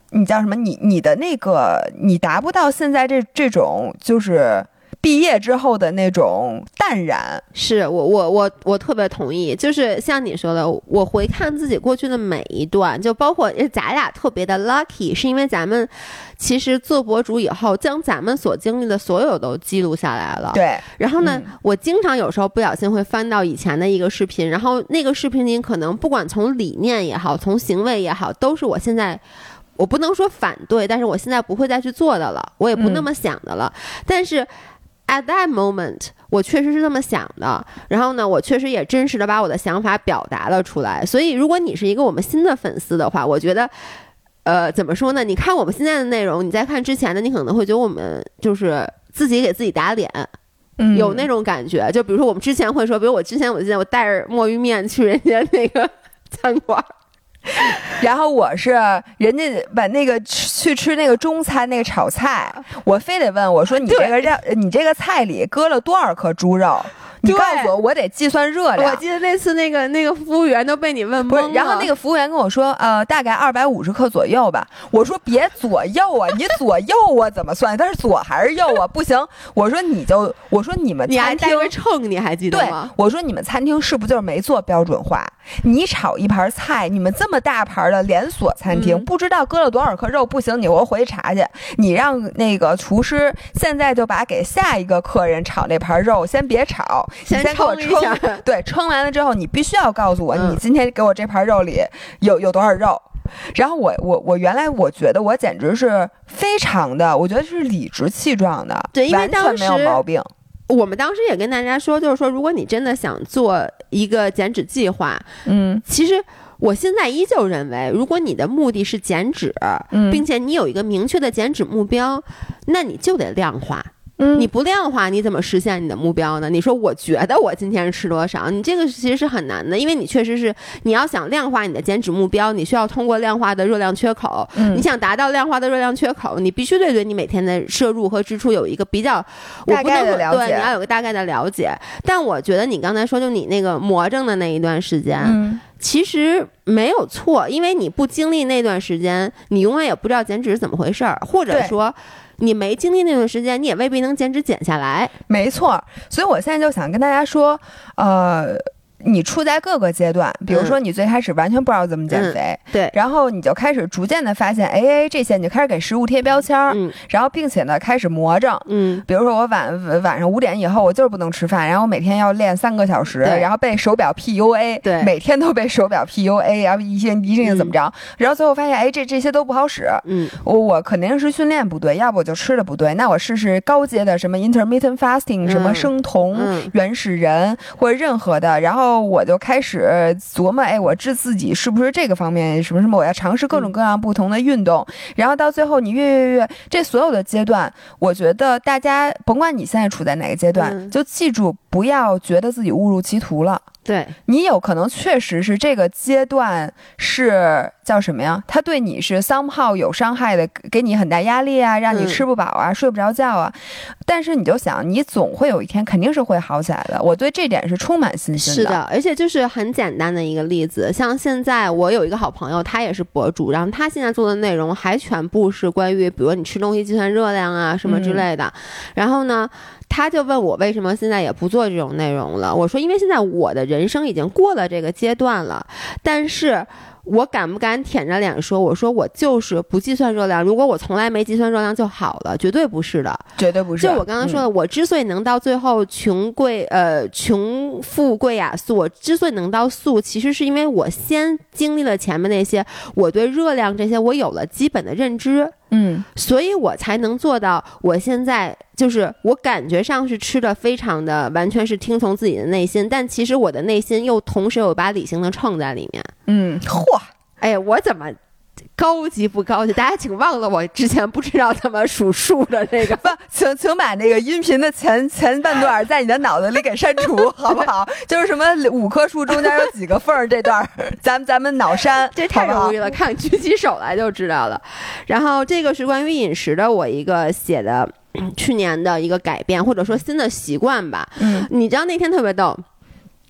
你叫什么？你你的那个你达不到现在这这种就是毕业之后的那种淡然。 是我我我我特别同意，就是像你说的，我回看自己过去的每一段，就包括咱俩特别的 lucky， 是因为咱们其实做博主以后，将咱们所经历的所有都记录下来了。 对。 然后呢、 嗯， 我经常有时候不小心会翻到以前的一个视频，然后那个视频里可能不管从理念也好，从行为也好，都是我现在。我不能说反对，但是我现在不会再去做的了，我也不那么想的了。嗯、但是 at that moment， 我确实是这么想的。然后呢，我确实也真实的把我的想法表达了出来。所以，如果你是一个我们新的粉丝的话，我觉得，呃，怎么说呢？你看我们现在的内容，你再看之前的，你可能会觉得我们就是自己给自己打脸。嗯、有那种感觉。就比如说，我们之前会说，比如我之前，我记得我带着墨鱼面去人家那个餐馆。 然后我是人家把那个去吃那个中餐那个炒菜，我非得问我说你这个让你这个菜里搁了多少克猪肉？你告诉我，我得计算热量。 我记得那次那个那个服务员都被你问懵了。 然后那个服务员跟我说，呃，大概二百五十克左右吧。我说别左右啊，你左右我怎么算？他是左还是右啊？不行，我说你就我说你们餐厅你还带个秤，你还记得吗？ 对，我说你们餐厅是不是就是没做标准化？你炒一盘菜，你们这么大盘的连锁餐厅，嗯、不知道搁了多少克肉，不行，你我回去查去。你让那个厨师现在就把给下一个客人炒那盘肉先别炒。 先给我称，对，称完了之后，你必须要告诉我，嗯、你今天给我这盘肉里有有多少肉。然后我我我原来我觉得我简直是非常的，我觉得是理直气壮的， 对，因为当时完全没有毛病。 我们当时也跟大家说，就是说，如果你真的想做一个减脂计划， 嗯， 其实。我现在依旧认为，如果你的目的是减脂， 嗯、 并且你有一个明确的减脂目标，那你就得量化。 嗯， 你不量化，你怎么实现你的目标呢？你说我觉得我今天吃多少，你这个其实是很难的，因为你确实是你要想量化你的减脂目标，你需要通过量化的热量缺口。 嗯， 你想达到量化的热量缺口，你必须得对你每天的摄入和支出有一个比较大概的了解， 对，你要有个大概的了解。但我觉得你刚才说，就你那个魔怔的那一段时间， 嗯。 其实没有错，因为你不经历那段时间，你永远也不知道减脂是怎么回事儿，或者说你没经历那段时间，你也未必能减脂减下来。 没错，所以我现在就想跟大家说，呃。你处在各个阶段，比如说你最开始完全不知道怎么减肥， 嗯、对， 然后你就开始逐渐的发现，哎哎，这些你就开始给食物贴标签， 嗯， 然后并且呢开始魔怔， 嗯， 比如说我晚晚上五点以后我就是不能吃饭，然后我每天要练三个小时，然后被手表 P U A， 对， 每天都被手表 P U A， 然后一些一定怎么着，嗯、然后最后发现，哎，这这些都不好使， 嗯， 我我肯定是训练不对，要不我就吃的不对，那我试试高阶的什么 intermittent fasting，、嗯、什么生酮、 嗯、 原始人或者任何的，然后我就开始。琢磨，哎，我治自己是不是这个方面什么什么？我要尝试各种各样不同的运动，嗯、然后到最后你越越越这所有的阶段，我觉得大家甭管你现在处在哪个阶段， 嗯、 就记住不要觉得自己误入歧途了。 对， 你有可能确实是这个阶段是叫什么呀？它对你是 somehow 有伤害的，给你很大压力啊，让你吃不饱啊，嗯、睡不着觉啊。但是你就想，你总会有一天肯定是会好起来的。我对这点是充满信心的。 是的，而且就是很简单的一个例子，像现在我有一个好朋友，他也是博主，然后他现在做的内容还全部是关于，比如你吃东西计算热量啊什么之类的。嗯、然后呢？他就问我为什么现在也不做这种内容了，我说因为现在我的人生已经过了这个阶段了，但是我敢不敢舔着脸说，我说我就是不计算热量，如果我从来没计算热量就好了，绝对不是的， 绝对不是。 就我刚刚说的，嗯、我之所以能到最后穷贵呃穷富贵雅素，我之所以能到素，其实是因为我先经历了前面那些，我对热量这些我有了基本的认知。 嗯， 所以我才能做到我现在就是我感觉上是吃的非常的完全是听从自己的内心，但其实我的内心又同时有把理性的秤在里面。 嗯，嚯， 哎呀，我怎么高级不高级？大家请忘了我之前不知道怎么数数的这个， 不，请请把那个音频的前前半段在你的脑子里给删除，好不好？就是什么五棵树中间有几个缝儿这段，咱们咱们脑删， 这太容易了，看举起手来就知道了。然后这个是关于饮食的，我一个写的去年的一个改变，或者说新的习惯吧。 嗯， 你知道那天特别逗。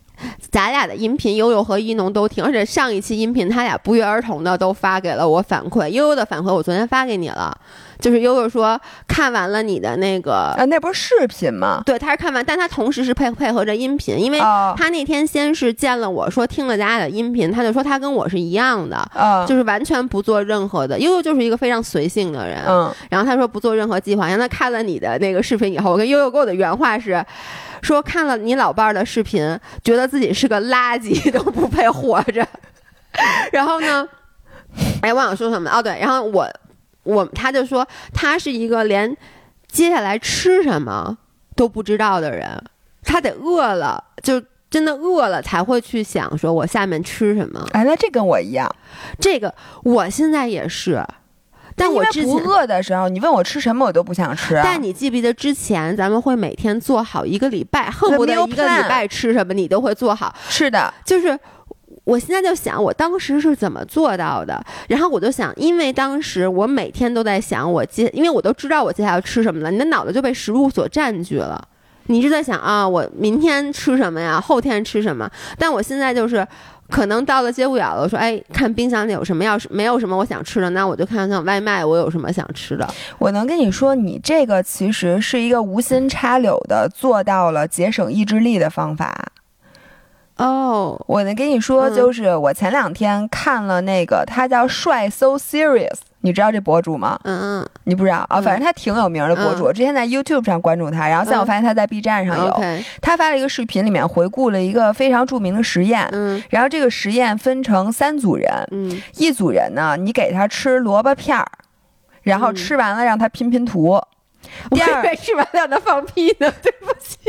咱俩的音频悠悠和一农都听，而且上一期音频他俩不约而同的都发给了我反馈。悠悠的反馈我昨天发给你了，就是悠悠说看完了你的那个啊，那不是视频吗？ 对，他是看完，但他同时是配配合着音频，因为他那天先是见了我说听了咱俩的音频，他就说他跟我是一样的， 啊， 就是完全不做任何的。悠悠就是一个非常随性的人， 嗯， 然后他说不做任何计划。然后他看了你的那个视频以后，我跟悠悠给我的原话是。说看了你老伴儿的视频，觉得自己是个垃圾，都不配活着。然后呢，哎，忘了说什么哦，对，然后我我他就说他是一个连接下来吃什么都不知道的人，他得饿了，就真的饿了才会去想说我下面吃什么。 哎，那这跟我一样， 这个我现在也是。但我之前不饿的时候，你问我吃什么，我都不想吃、啊。 但你记不记得之前咱们会每天做好一个礼拜，恨不得一个礼拜吃什么你都会做好。 是的， 就是我现在就想，我当时是怎么做到的？然后我就想，因为当时我每天都在想我接，因为我都知道我接下来要吃什么了，你的脑子就被食物所占据了。你就在想啊，我明天吃什么呀？后天吃什么？但我现在就是。可能到了接不了了，我说哎，看冰箱里有什么，要是没有什么我想吃的，那我就看看外卖我有什么想吃的。 我能跟你说，你这个其实是一个无心插柳的做到了节省意志力的方法。 哦、 oh, 我能跟你说，就是我前两天看了那个，他叫帅 So Serious， 你知道这博主吗？ 嗯嗯， 你不知道啊？反正他挺有名的博主，我、嗯、之前在 YouTube 上关注他，然后现在我发现他在 B 站上有。 嗯、 他发了一个视频，里面回顾了一个非常著名的实验。 嗯， 然后这个实验分成三组人， 嗯， 一组人呢，你给他吃萝卜片儿，然后吃完了让他拼拼图。 嗯、第二，我以为吃完了让他放屁呢，对不起。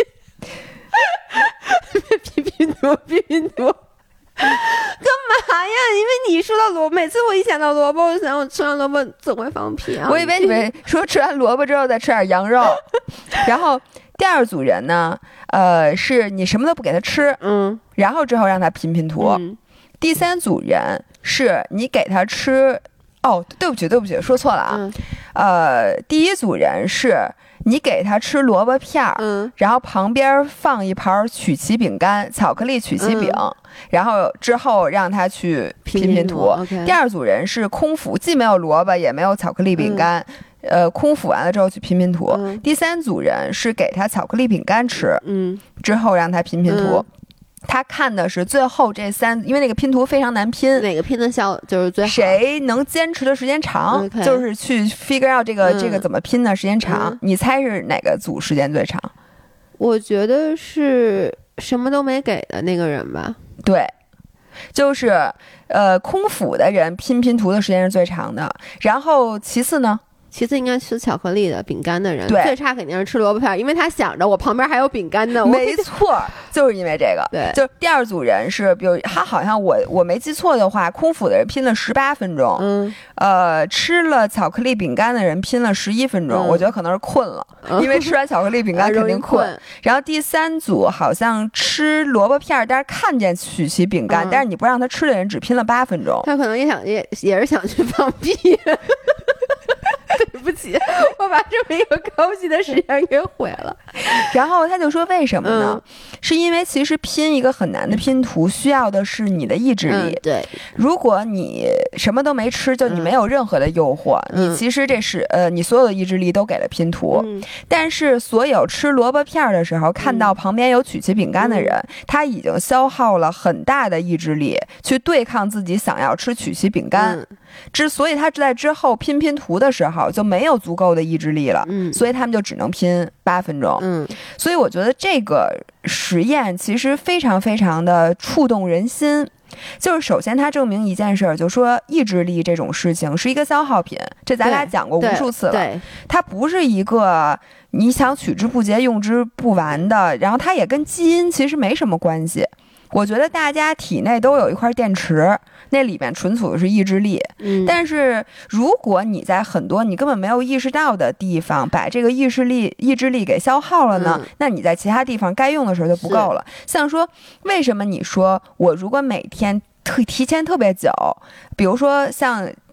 拼拼图，拼拼图，干嘛呀？因为你说到萝卜，每次我一想到萝卜，我就想我吃完萝卜总会放屁啊。 我以为你们说吃完萝卜之后再吃点羊肉。然后第二组人呢，呃，是你什么都不给他吃， 嗯， 然后之后让他拼拼图。 嗯、 第三组人是你给他吃，哦，对不起，对不起，说错了啊。 嗯、 呃，第一组人是。你给他吃萝卜片儿， 嗯， 然后旁边放一盘曲奇饼干，巧克力曲奇饼， 嗯、 然后之后让他去拼拼图。 拼图第二组人是空腹，既没有萝卜也没有巧克力饼干，嗯、呃，空腹完了之后去拼拼图。 嗯、 第三组人是给他巧克力饼干吃， 嗯， 之后让他拼拼图。 嗯他看的是最后这三，因为那个拼图非常难拼， 哪个拼的效就是最好， 谁能坚持的时间长， okay. 就是去 figure out 这个、 嗯、 这个怎么拼的时间长、嗯。你猜是哪个组时间最长？ 我觉得是什么都没给的那个人吧。 对，就是呃空腹的人拼拼图的时间是最长的，然后其次呢？ 其次应该吃巧克力的饼干的人， 对， 最差肯定是吃萝卜片，因为他想着我旁边还有饼干呢。 没错，就是因为这个。 对， 就是第二组人是，比如他好像我我没记错的话，空腹的人拼了十八分钟， 嗯， 呃，吃了巧克力饼干的人拼了十一分钟、嗯，我觉得可能是困了，嗯、因为吃完巧克力饼干肯定困。 困然后第三组好像吃萝卜片，但是看见曲奇饼干、嗯，但是你不让他吃的人只拼了八分钟。 他可能也想也也是想去放屁。对不起，我把这么一个高级的实验给毁了。 然后他就说为什么呢、 嗯、 是因为其实拼一个很难的拼图需要的是你的意志力、 嗯、对， 如果你什么都没吃，就你没有任何的诱惑、嗯、你其实这是呃你所有的意志力都给了拼图、 嗯、 但是所有吃萝卜片的时候看到旁边有曲奇饼干的人、嗯、他已经消耗了很大的意志力去对抗自己想要吃曲奇饼干、嗯、之所以他在之后拼拼图的时候就没有足够的意志力了、 嗯、 所以他们就只能拼八分钟。 嗯， 所以我觉得这个实验其实非常非常的触动人心。就是首先它证明一件事儿，就是说意志力这种事情是一个消耗品，这咱俩讲过无数次了。 对， 它不是一个你想取之不竭用之不完的，然后它也跟基因其实没什么关系。我觉得大家体内都有一块电池，那里面存储的是意志力、 嗯、 但是如果你在很多你根本没有意识到的地方把这个意志力意志力给消耗了呢、嗯、那你在其他地方该用的时候就不够了。像说为什么你说我如果每天特提前特别久，比如说像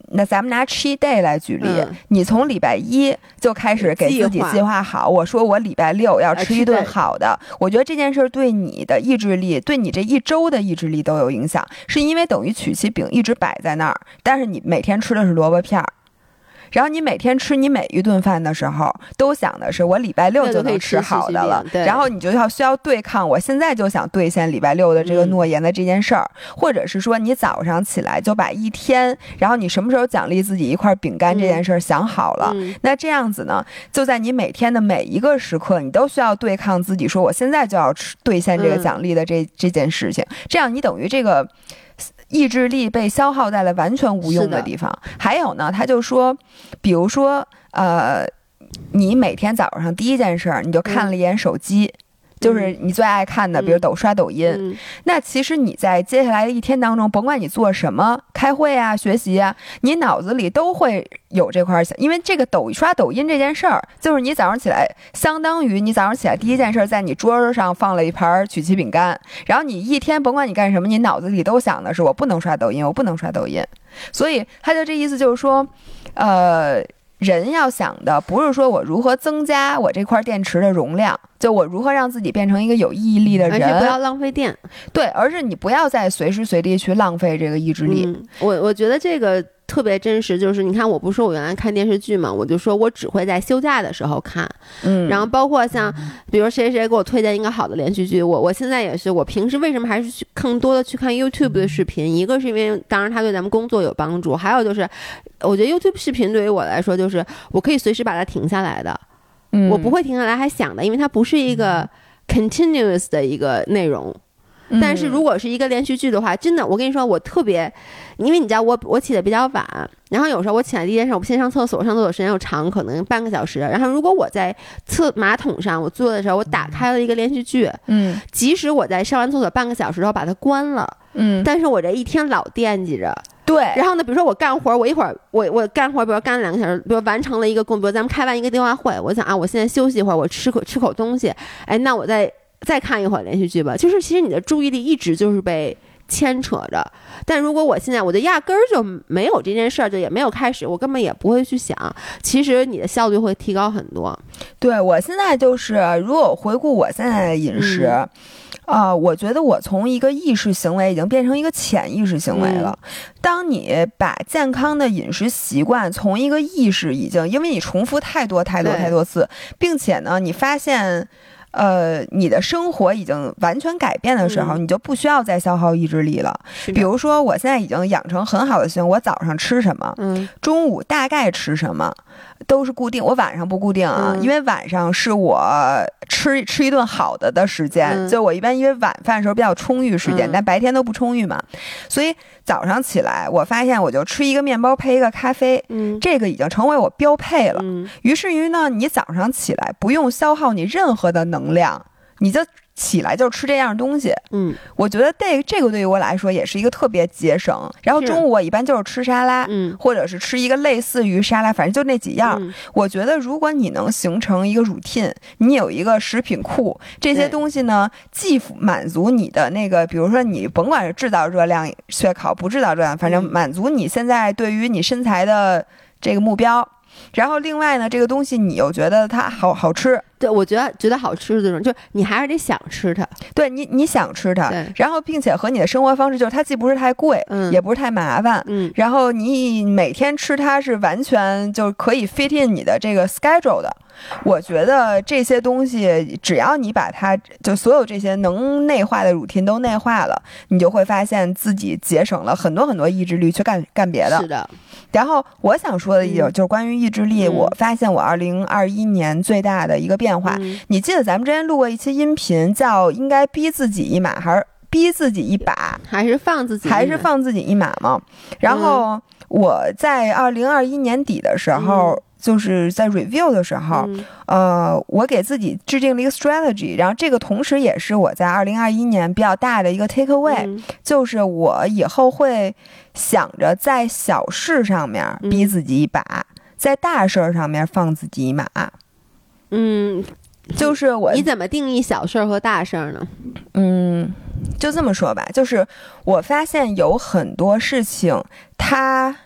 那咱们拿 cheat day 来举例， 嗯、 你从礼拜一就开始给自己计划好，我说我礼拜六要吃一顿好的，我觉得这件事对你的意志力，对你这一周的意志力都有影响，是因为等于曲奇饼一直摆在那儿，但是你每天吃的是萝卜片儿。然后你每天吃你每一顿饭的时候，都想的是我礼拜六就能吃好的了，然后你就要需要对抗我现在就想兑现礼拜六的这个诺言的这件事儿、嗯，或者是说你早上起来就把一天，然后你什么时候奖励自己一块饼干这件事儿想好了、嗯，那这样子呢，就在你每天的每一个时刻，你都需要对抗自己，说我现在就要吃兑现这个奖励的这、嗯、这件事情，这样你等于这个。意志力被消耗在了完全无用的地方。还有呢，他就说，比如说，呃，你每天早上第一件事你就看了一眼手机。嗯，就是你最爱看的，比如抖刷抖音、嗯、那其实你在接下来的一天当中，甭管你做什么，开会啊学习啊，你脑子里都会有这块想，因为这个抖刷抖音这件事儿，就是你早上起来相当于你早上起来第一件事在你桌上放了一盘曲奇饼干，然后你一天甭管你干什么，你脑子里都想的是我不能刷抖音，我不能刷抖音。所以他就这意思就是说呃人要想的不是说我如何增加我这块电池的容量，就我如何让自己变成一个有意义力的人， 而且不要浪费电。 对，而是你不要再随时随地去浪费这个意志力。 嗯、我我觉得这个特别真实，就是你看，我不是说我原来看电视剧嘛，我就说我只会在休假的时候看，嗯，然后包括像比如谁谁给我推荐一个好的连续剧，我我现在也是，我平时为什么还是去更多的去看 YouTube 的视频，一个是因为当然它对咱们工作有帮助，还有就是我觉得 YouTube 视频对于我来说就是我可以随时把它停下来的，嗯，我不会停下来还想的，因为它不是一个 continuous 的一个内容。但是如果是一个连续剧的话，真的我跟你说我特别，因为你知道我我起得比较晚，然后有时候我起来第一件事我先上厕所，上厕所时间又长，可能半个小时，然后如果我在厕马桶上我坐的时候我打开了一个连续剧，嗯，即使我在上完厕所半个小时后把它关了，嗯，但是我这一天老惦记着。 对， 然后呢，比如说我干活，我一会儿我我干活，比如干了两个小时，比如完成了一个工作，比如咱们开完一个电话会，我想啊，我现在休息一会儿，我吃口吃口东西，哎，那我再再看一会儿连续剧吧。就是其实你的注意力一直就是被牵扯着，但如果我现在我就压根儿就没有这件事儿，就也没有开始，我根本也不会去想，其实你的效率会提高很多。 对，我现在就是如果我回顾我现在的饮食。嗯啊、呃，我觉得我从一个意识行为已经变成一个潜意识行为了。嗯、当你把健康的饮食习惯从一个意识已经，因为你重复太多太多太多次，并且呢，你发现，呃，你的生活已经完全改变的时候，嗯、你就不需要再消耗意志力了。比如说，我现在已经养成很好的习惯，我早上吃什么，嗯，中午大概吃什么。都是固定，我晚上不固定啊，嗯、因为晚上是我吃吃一顿好的的时间，嗯、就我一般因为晚饭的时候比较充裕时间，嗯、但白天都不充裕嘛，所以早上起来我发现我就吃一个面包配一个咖啡，嗯、这个已经成为我标配了。嗯、于是于呢，你早上起来不用消耗你任何的能量，你就起来就吃这样东西，嗯，我觉得这这个对于我来说也是一个特别节省。然后中午我一般就是吃沙拉，嗯，或者是吃一个类似于沙拉，反正就那几样。嗯、我觉得如果你能形成一个 routine， 你有一个食品库，这些东西呢，既满足你的那个，比如说你甭管是制造热量血考不制造热量，反正满足你现在对于你身材的这个目标。然后另外呢，这个东西你又觉得它好好吃， 对，我觉得觉得好吃的这种，就是你还是得想吃它， 对你你想吃它，然后并且和你的生活方式就是它既不是太贵，嗯，也不是太麻烦，嗯，然后你每天吃它是完全就可以 fit in 你的这个 schedule 的。我觉得这些东西只要你把它就所有这些能内化的 routine 都内化了，你就会发现自己节省了很多很多意志力去干干别的。 是的。 然后我想说的有、嗯、就是关于意志力、嗯、我发现我二零二一年最大的一个变化、嗯、你记得咱们之前录过一期音频叫应该逼自己一马还是逼自己一把还是放自己还是放自己一马吗？然后我在二零二一年底的时候、嗯就是在 review 的时候、嗯、呃，我给自己制定了一个 strategy， 然后这个同时也是我在二零二一年比较大的一个 take away、嗯、就是我以后会想着在小事上面逼自己一把、嗯、在大事上面放自己一马。 嗯， 就是我你怎么定义小事和大事呢？ 嗯，就这么说吧，就是我发现有很多事情它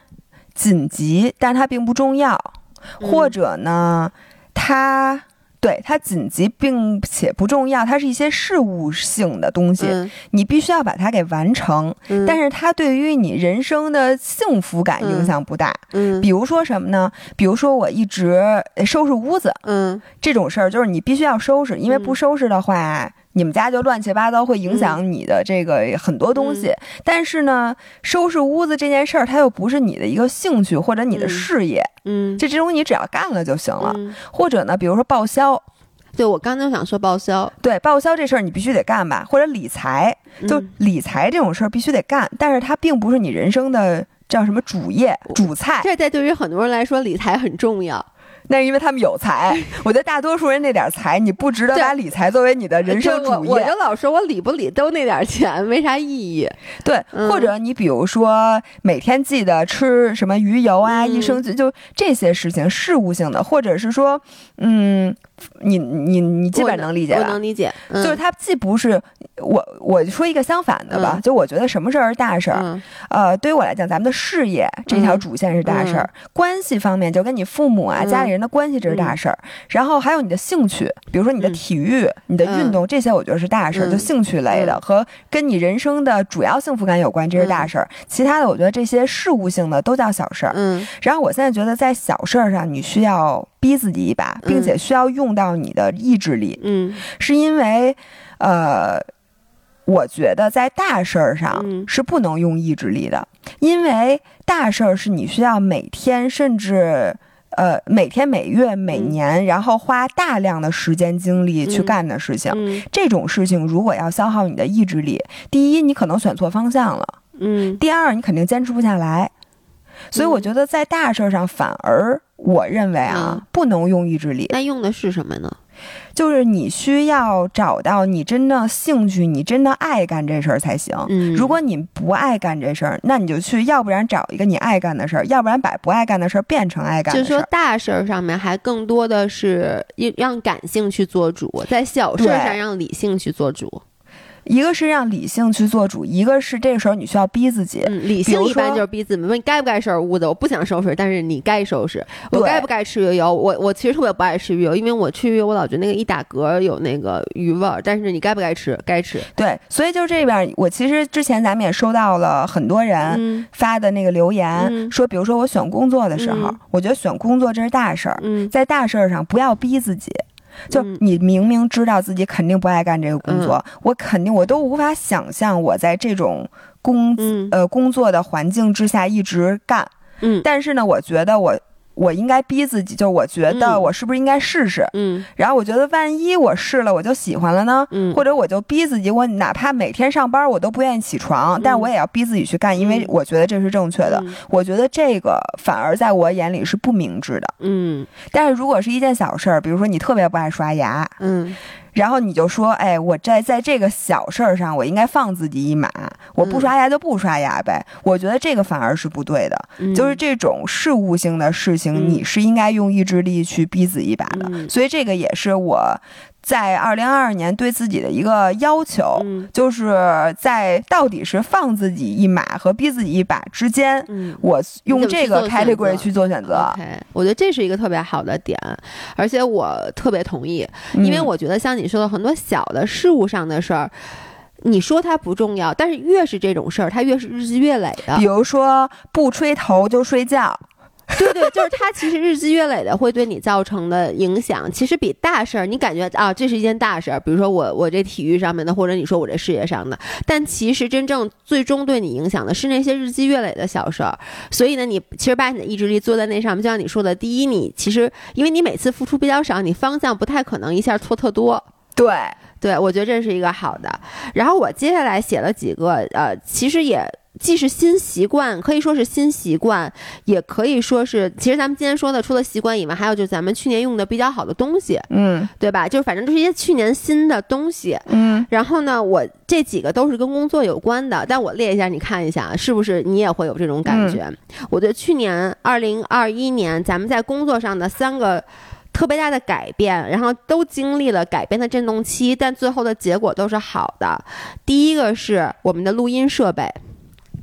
紧急，但它并不重要，或者呢，它。对，它紧急并且不重要，它是一些事务性的东西， 嗯、 你必须要把它给完成、嗯、但是它对于你人生的幸福感影响不大。 嗯， 比如说什么呢？比如说我一直收拾屋子， 嗯， 这种事儿就是你必须要收拾，因为不收拾的话、嗯、你们家就乱七八糟，会影响你的这个很多东西、嗯、但是呢，收拾屋子这件事儿它又不是你的一个兴趣或者你的事业， 嗯， 这这种你只要干了就行了、 嗯、 或者呢比如说报销， 对，我刚刚想说报销， 对，报销这事儿你必须得干吧，或者理财，就理财这种事儿必须得干、嗯、但是它并不是你人生的叫什么主业主菜， 这在对于很多人来说理财很重要， 那是因为他们有财。我觉得大多数人那点财你不值得把理财作为你的人生主业。 我, 我就老说我理不理都那点钱没啥意义。 对、嗯、或者你比如说每天记得吃什么鱼油啊、益生菌、嗯、就这些事情事务性的，或者是说嗯你你你基本能理解吧？ 我能理解、嗯、 就是它既不是我我说一个相反的吧、嗯、就我觉得什么事儿是大事儿、嗯、呃对于我来讲咱们的事业这条主线是大事儿、嗯、关系方面就跟你父母啊、嗯、家里人的关系这是大事儿、嗯、然后还有你的兴趣，比如说你的体育、嗯、你的运动、嗯、这些我觉得是大事儿、嗯、就兴趣类的、嗯、和跟你人生的主要幸福感有关，这是大事儿、嗯、其他的我觉得这些事务性的都叫小事儿。 嗯， 然后我现在觉得在小事儿上你需要逼自己一把，并且需要用到你的意志力。 嗯， 是因为呃我觉得在大事儿上是不能用意志力的、嗯、因为大事儿是你需要每天甚至呃每天每月每年、嗯、然后花大量的时间精力去干的事情、 嗯嗯、 这种事情如果要消耗你的意志力，第一你可能选错方向了， 嗯， 第二你肯定坚持不下来，所以我觉得在大事上反而我认为啊、嗯、不能用意志力。 那用的是什么呢？ 就是你需要找到你真的兴趣，你真的爱干这事儿才行、 嗯、 如果你不爱干这事儿，那你就去要不然找一个你爱干的事儿，要不然把不爱干的事儿变成爱干的事儿。 就是说大事儿上面还更多的是让感性去做主，在小事上让理性去做主。 一个是让理性去做主，一个是这个时候你需要逼自己、 嗯、理性一般就是逼自己，问你该不该收拾屋子，我不想收拾，但是你该收拾。我该不该吃鱼油，我我其实特别不爱吃鱼油，因为我吃鱼油我老觉得那个一打嗝有那个鱼味儿，但是你该不该吃该吃。 对，所以就这边我其实之前咱们也收到了很多人发的那个留言、嗯、说比如说我选工作的时候、嗯、我觉得选工作这是大事儿、嗯、在大事儿上不要逼自己，就你明明知道自己肯定不爱干这个工作、嗯、我肯定我都无法想象我在这种工、嗯、呃工作的环境之下一直干， 嗯， 但是呢我觉得我我应该逼自己，就我觉得我是不是应该试试， 嗯， 然后我觉得万一我试了我就喜欢了呢， 嗯， 或者我就逼自己，我哪怕每天上班我都不愿意起床、嗯、但我也要逼自己去干，因为我觉得这是正确的、 嗯、 我觉得这个反而在我眼里是不明智的， 嗯， 但是如果是一件小事儿，比如说你特别不爱刷牙， 嗯， 然后你就说哎我在在这个小事儿上我应该放自己一马，我不刷牙就不刷牙呗、嗯、我觉得这个反而是不对的、嗯、就是这种事务性的事情、嗯、你是应该用意志力去逼自己一把的、嗯、所以这个也是我在二零二二年对自己的一个要求、 嗯、 就是在到底是放自己一马和逼自己一把之间、 嗯、 我用这个 category 去做选择。 OK， 我觉得这是一个特别好的点，而且我特别同意、嗯、因为我觉得像你说的很多小的事物上的事儿，你说它不重要，但是越是这种事儿它越是日积月累的， 比如说不吹头就睡觉， 对对，就是它其实日积月累的会对你造成的影响，其实比大事儿你感觉啊这是一件大事儿，比如说我我这体育上面的，或者你说我这事业上的，但其实真正最终对你影响的是那些日积月累的小事儿。所以呢，你其实把你的意志力做在那上面，就像你说的，第一，你其实因为你每次付出比较少，你方向不太可能一下错特多。 对对，我觉得这是一个好的。然后我接下来写了几个呃，其实也既是新习惯，可以说是新习惯，也可以说是，其实咱们今天说的除了习惯以外，还有就是咱们去年用的比较好的东西， 嗯， 对吧？就是反正就是一些去年新的东西， 嗯。 然后呢，我这几个都是跟工作有关的，但我列一下，你看一下，是不是你也会有这种感觉？嗯、我觉得去年二零二一年咱们在工作上的三个特别大的改变，然后都经历了改变的震动期，但最后的结果都是好的。第一个是我们的录音设备。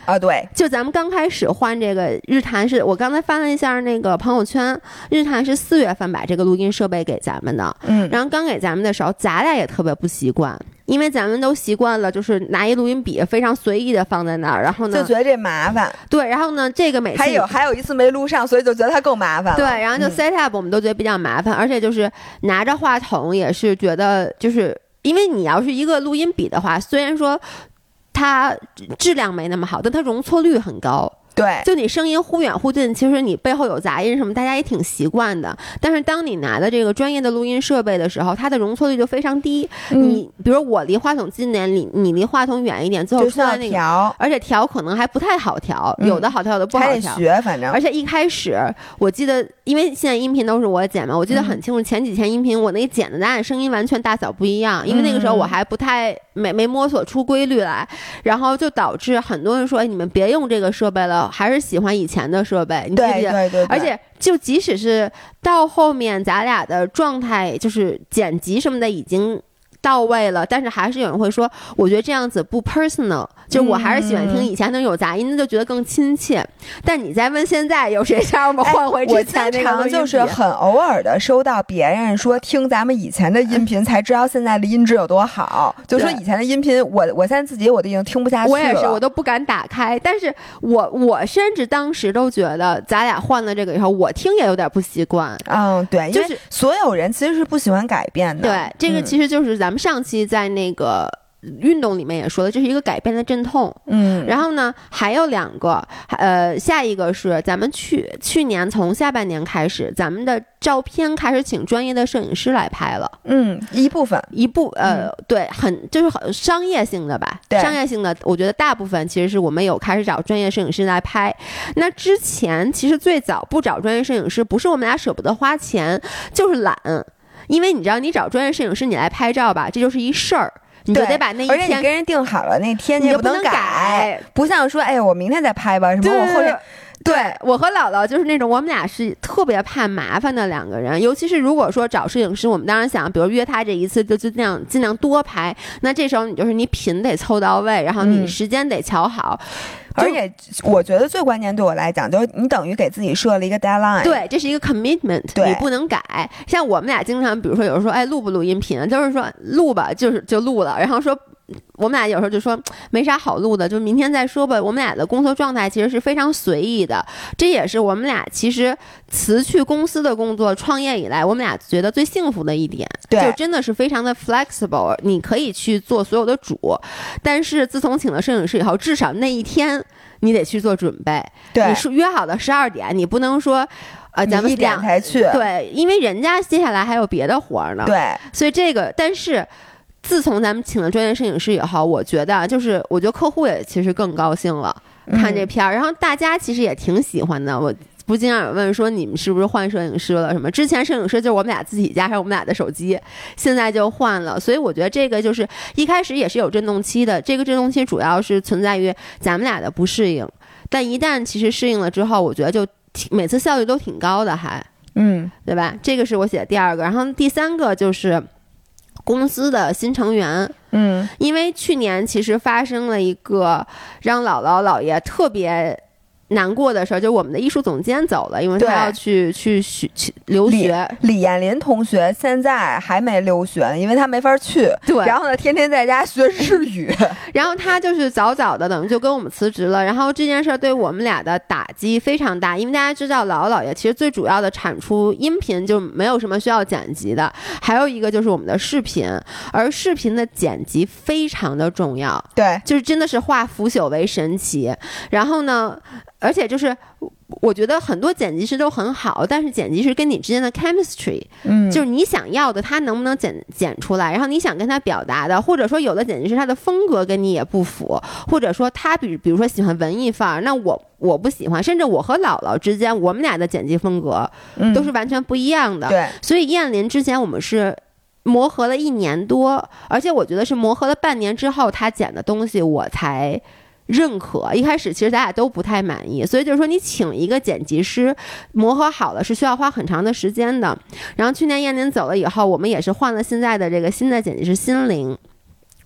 啊，对， 就咱们刚开始换这个日坛是，我刚才翻了一下那个朋友圈，日坛是四月份把这个录音设备给咱们的， 嗯， 然后刚给咱们的时候，咱俩也特别不习惯。因为咱们都习惯了，就是拿一录音笔非常随意的放在那儿，然后呢就觉得这麻烦。 对，然后呢，这个每次还有还有一次没录上，所以就觉得它更麻烦了。 对，然后就 set up 我们都觉得比较麻烦，嗯、而且就是拿着话筒也是觉得，就是因为你要是一个录音笔的话，虽然说它质量没那么好，但它容错率很高。 对， 就你声音忽远忽近，其实你背后有杂音什么，大家也挺习惯的。但是当你拿的这个专业的录音设备的时候，它的容错率就非常低。嗯、你比如我离话筒近点，你你离话筒远一点，最后出来那个调， 而且调可能还不太好调，嗯、有的好调，有的不好调。 还得学，反正。 而且一开始我记得，因为现在音频都是我剪嘛，我记得很清楚。嗯、前几天音频我那剪的咱俩声音完全大小不一样，因为那个时候我还不太没没摸索出规律来，然后就导致很多人说，哎，你们别用这个设备了，还是喜欢以前的设备。你记不记得？ 对对 对, 对。 而且就即使是到后面咱俩的状态，就是剪辑什么的已经到位了，但是还是有人会说，我觉得这样子不 personal， 就我还是喜欢听以前那有杂音，那就觉得更亲切。但你再问现在有谁让我们换回之前那个录音笔？ 我经常就是很偶尔的收到别人说听咱们以前的音频才知道现在的音质有多好，就说以前的音频我我现在自己我都已经听不下去了， 我也是，我都不敢打开。但是我我甚至当时都觉得咱俩换了这个以后，我听也有点不习惯。 嗯，对， 就是所有人其实是不喜欢改变的。 对，这个其实就是咱们上期在那个运动里面也说了，这是一个改变的阵痛。嗯，然后呢还有两个，呃，下一个是咱们去去年从下半年开始，咱们的照片开始请专业的摄影师来拍了。 嗯，一部分一部呃、嗯、对，很就是很商业性的吧。 对， 商业性的，我觉得大部分其实是我们有开始找专业摄影师来拍。那之前其实最早不找专业摄影师，不是我们俩舍不得花钱，就是懒。因为你知道，你找专业摄影师你来拍照吧，这就是一事儿。你就得把那一天， 而且你跟人定好了那天， 你也不能改， 改不像说，哎呀，我明天再拍吧，什么我后天。 对，我和姥姥就是那种，我们俩是特别怕麻烦的两个人，尤其是如果说找摄影师，我们当然想，比如约他这一次就尽量尽量多拍，那这时候你就是你品得凑到位，然后你时间得瞧好。嗯， 而且我觉得最关键对我来讲，就是你等于给自己设了一个 deadline， 对，这是一个 commitment， 你不能改。像我们俩经常，比如说有人说，哎，录不录音频，就是说录吧，就是就录了，然后说。我们俩有时候就说没啥好录的，就明天再说吧。我们俩的工作状态其实是非常随意的，这也是我们俩其实辞去公司的工作创业以来，我们俩觉得最幸福的一点。 对， 就真的是非常的 flexible， 你可以去做所有的主。但是自从请了摄影师以后，至少那一天你得去做准备。 对， 你说约好的十二点，你不能说。呃，咱们一点才去。 对，因为人家接下来还有别的活呢。 对， 所以这个，但是。自从咱们请了专业摄影师以后，我觉得就是我觉得客户也其实更高兴了，看这片儿，然后大家其实也挺喜欢的。我不经常有问说你们是不是换摄影师了什么？之前摄影师就是我们俩自己加上我们俩的手机，现在就换了。所以我觉得这个就是一开始也是有震动期的，这个震动期主要是存在于咱们俩的不适应，但一旦其实适应了之后，我觉得就每次效率都挺高的，还嗯， 对吧？这个是我写的第二个，然后第三个就是公司的新成员。 嗯， 因为去年其实发生了一个让姥姥姥爷特别难过的事儿，就是我们的艺术总监走了，因为他要去去去去留学。 李, 李艳林同学现在还没留学呢，因为他没法去。 对， 然后呢，天天在家学日语。 然后他就是早早的等于就跟我们辞职了。然后这件事对我们俩的打击非常大，因为大家知道姥姥姥爷其实最主要的产出音频就没有什么需要剪辑的，还有一个就是我们的视频，而视频的剪辑非常的重要。 对， 就是真的是化腐朽为神奇。然后呢？而且就是我觉得很多剪辑师都很好，但是剪辑师跟你之间的 chemistry， 嗯，就是你想要的他能不能剪剪出来，然后你想跟他表达的，或者说有的剪辑师他的风格跟你也不符，或者说他比比如说喜欢文艺范儿，那我我不喜欢，甚至我和姥姥之间我们俩的剪辑风格都是完全不一样的。 嗯、对， 所以燕林之前我们是磨合了一年多，而且我觉得是磨合了半年之后他剪的东西我才认可。一开始其实咱俩都不太满意，所以就是说你请一个剪辑师磨合好了是需要花很长的时间的。然后去年燕林走了以后，我们也是换了现在的这个新的剪辑师心灵。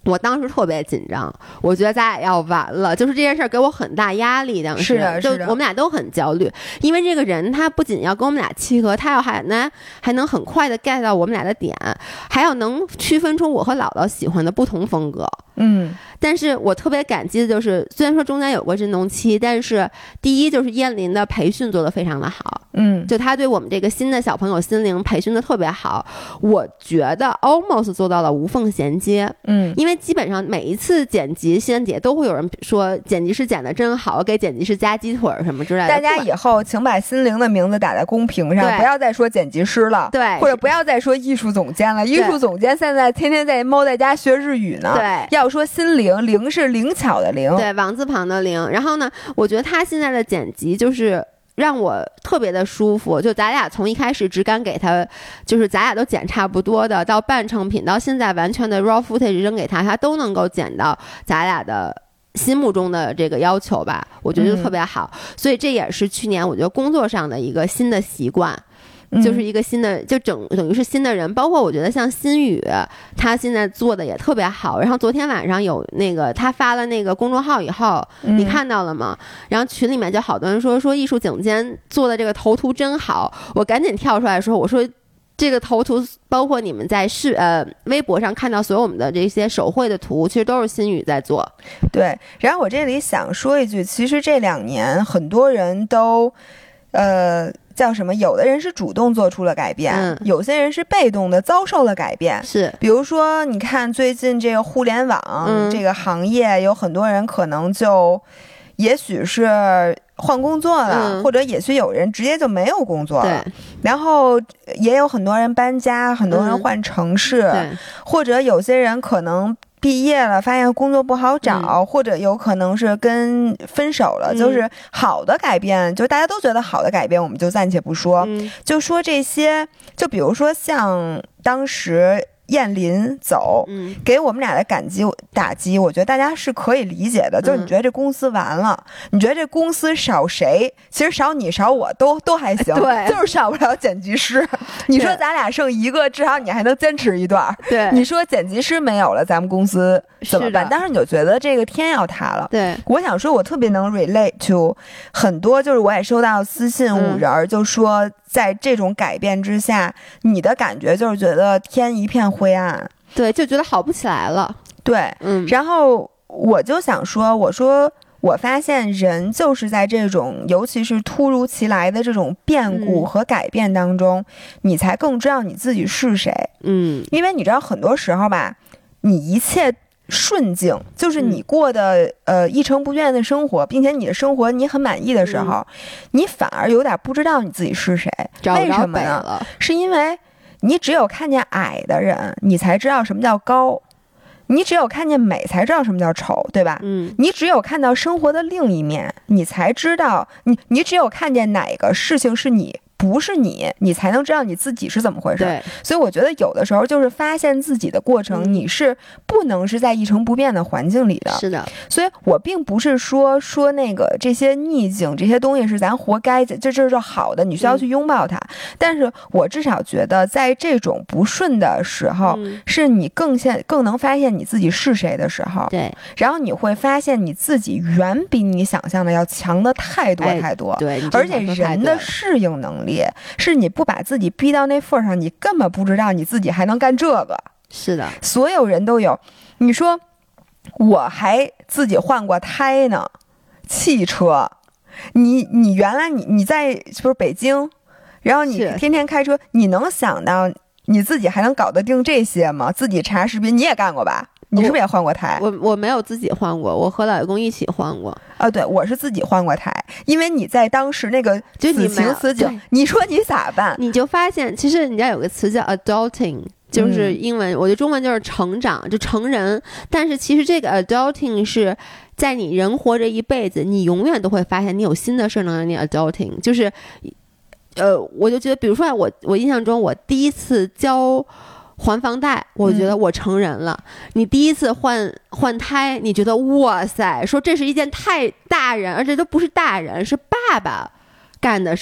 我当时特别紧张，我觉得咱俩要完了，就是这件事给我很大压力。当时是的， 就我们俩都很焦虑，因为这个人他不仅要跟我们俩契合，他要还能还能很快的 get 到我们俩的点，还要能区分出我和姥姥喜欢的不同风格。 嗯， 但是我特别感激的就是，虽然说中间有过震动期，但是第一就是燕林的培训做得非常的好。 嗯， 就他对我们这个新的小朋友心灵培训的特别好，我觉得 almost 做到了无缝衔接。 嗯， 因为基本上每一次剪辑，新闻底下都会有人说剪辑师剪的真好，给剪辑师加鸡腿什么之类的。 大家以后请把心灵的名字打在公屏上，不要再说剪辑师了， 对， 或者不要再说艺术总监了。艺术总监现在天天在猫在家学日语呢。 对， 要说心灵，灵是灵巧的灵， 对，王字旁的灵。然后呢，我觉得他现在的剪辑就是让我特别的舒服，就咱俩从一开始只敢给他，就是咱俩都剪差不多的，到半成品，到现在完全的 raw footage 扔给他，他都能够剪到咱俩的心目中的这个要求吧，我觉得就特别好。嗯、所以这也是去年我觉得工作上的一个新的习惯。就是一个新的，就整等于是新的人，包括我觉得像新宇，他现在做的也特别好。然后昨天晚上有那个他发了那个公众号以后， 嗯、 你看到了吗？然后群里面就好多人说说艺术总监做的这个头图真好，我赶紧跳出来说，我说这个头图包括你们在视呃微博上看到所有我们的这些手绘的图，其实都是新宇在做。 对，然后我这里想说一句，其实这两年很多人都呃。叫什么？有的人是主动做出了改变， 嗯、 有些人是被动的遭受了改变。 是， 比如说，你看最近这个互联网、嗯、这个行业，有很多人可能就，也许是换工作了， 嗯、 或者也许有人直接就没有工作了。 对。 然后也有很多人搬家，很多人换城市， 嗯、 或者有些人可能毕业了发现工作不好找、嗯、或者有可能是跟分手了、嗯、就是好的改变，就大家都觉得好的改变我们就暂且不说、 嗯、 就说这些，就比如说像当时燕林走、 嗯、 给我们俩的感激打击，我觉得大家是可以理解的、嗯、就是你觉得这公司完了，你觉得这公司少谁，其实少你少我都都还行， 对， 就是少不了剪辑师。你说咱俩剩一个，至少你还能坚持一段， 对， 你说剪辑师没有了咱们公司怎么办？当时你就觉得这个天要塌了。 对， 我想说我特别能 relate to 很多，就是我也收到私信五人、嗯、就说在这种改变之下，你的感觉就是觉得天一片灰暗， 对，就觉得好不起来了。 对， 嗯， 然后我就想说，我说我发现人就是在这种尤其是突如其来的这种变故和改变当中、嗯、你才更知道你自己是谁。 嗯， 因为你知道很多时候吧，你一切顺境，就是你过的、嗯、呃一成不变的生活，并且你的生活你很满意的时候、嗯、你反而有点不知道你自己是谁。为什么呢？是因为你只有看见矮的人，你才知道什么叫高，你只有看见美才知道什么叫丑，对吧？ 嗯， 你只有看到生活的另一面，你才知道你你只有看见哪个事情是你不是你，你才能知道你自己是怎么回事。 对， 所以我觉得有的时候就是发现自己的过程、嗯、你是不能是在一成不变的环境里的。 是的， 所以我并不是说说那个这些逆境这些东西是咱活该，这这是好的，你需要去拥抱它、嗯、但是我至少觉得在这种不顺的时候、嗯、是你更现更能发现你自己是谁的时候。 对， 然后你会发现你自己远比你想象的要强的太多太多、 哎、对， 而且人的适应能力是你不把自己逼到那份上，你根本不知道你自己还能干这个。 是的， 所有人都有。你说我还自己换过胎呢，汽车，你你原来你你在不是北京，然后你天天开车，你能想到你自己还能搞得定这些吗？自己查视频，你也干过吧？你是不是也换过胎？ 我我没有自己换过，我和老公一起换过。 啊，对，我是自己换过胎，因为你在当时那个此情此景，你说你咋办？ 你就发现，其实你知道有个词叫 adulting， 就是英文，嗯、我觉得中文就是成长，就成人。但是其实这个 adulting 是在你人活着一辈子，你永远都会发现你有新的事能让你 adulting， 就是，呃，我就觉得，比如说我我印象中我第一次交还房贷，我觉得我成人了、嗯、你第一次换换胎，你觉得哇塞，说这是一件太大人，而且都不是大人，是爸爸干的事儿，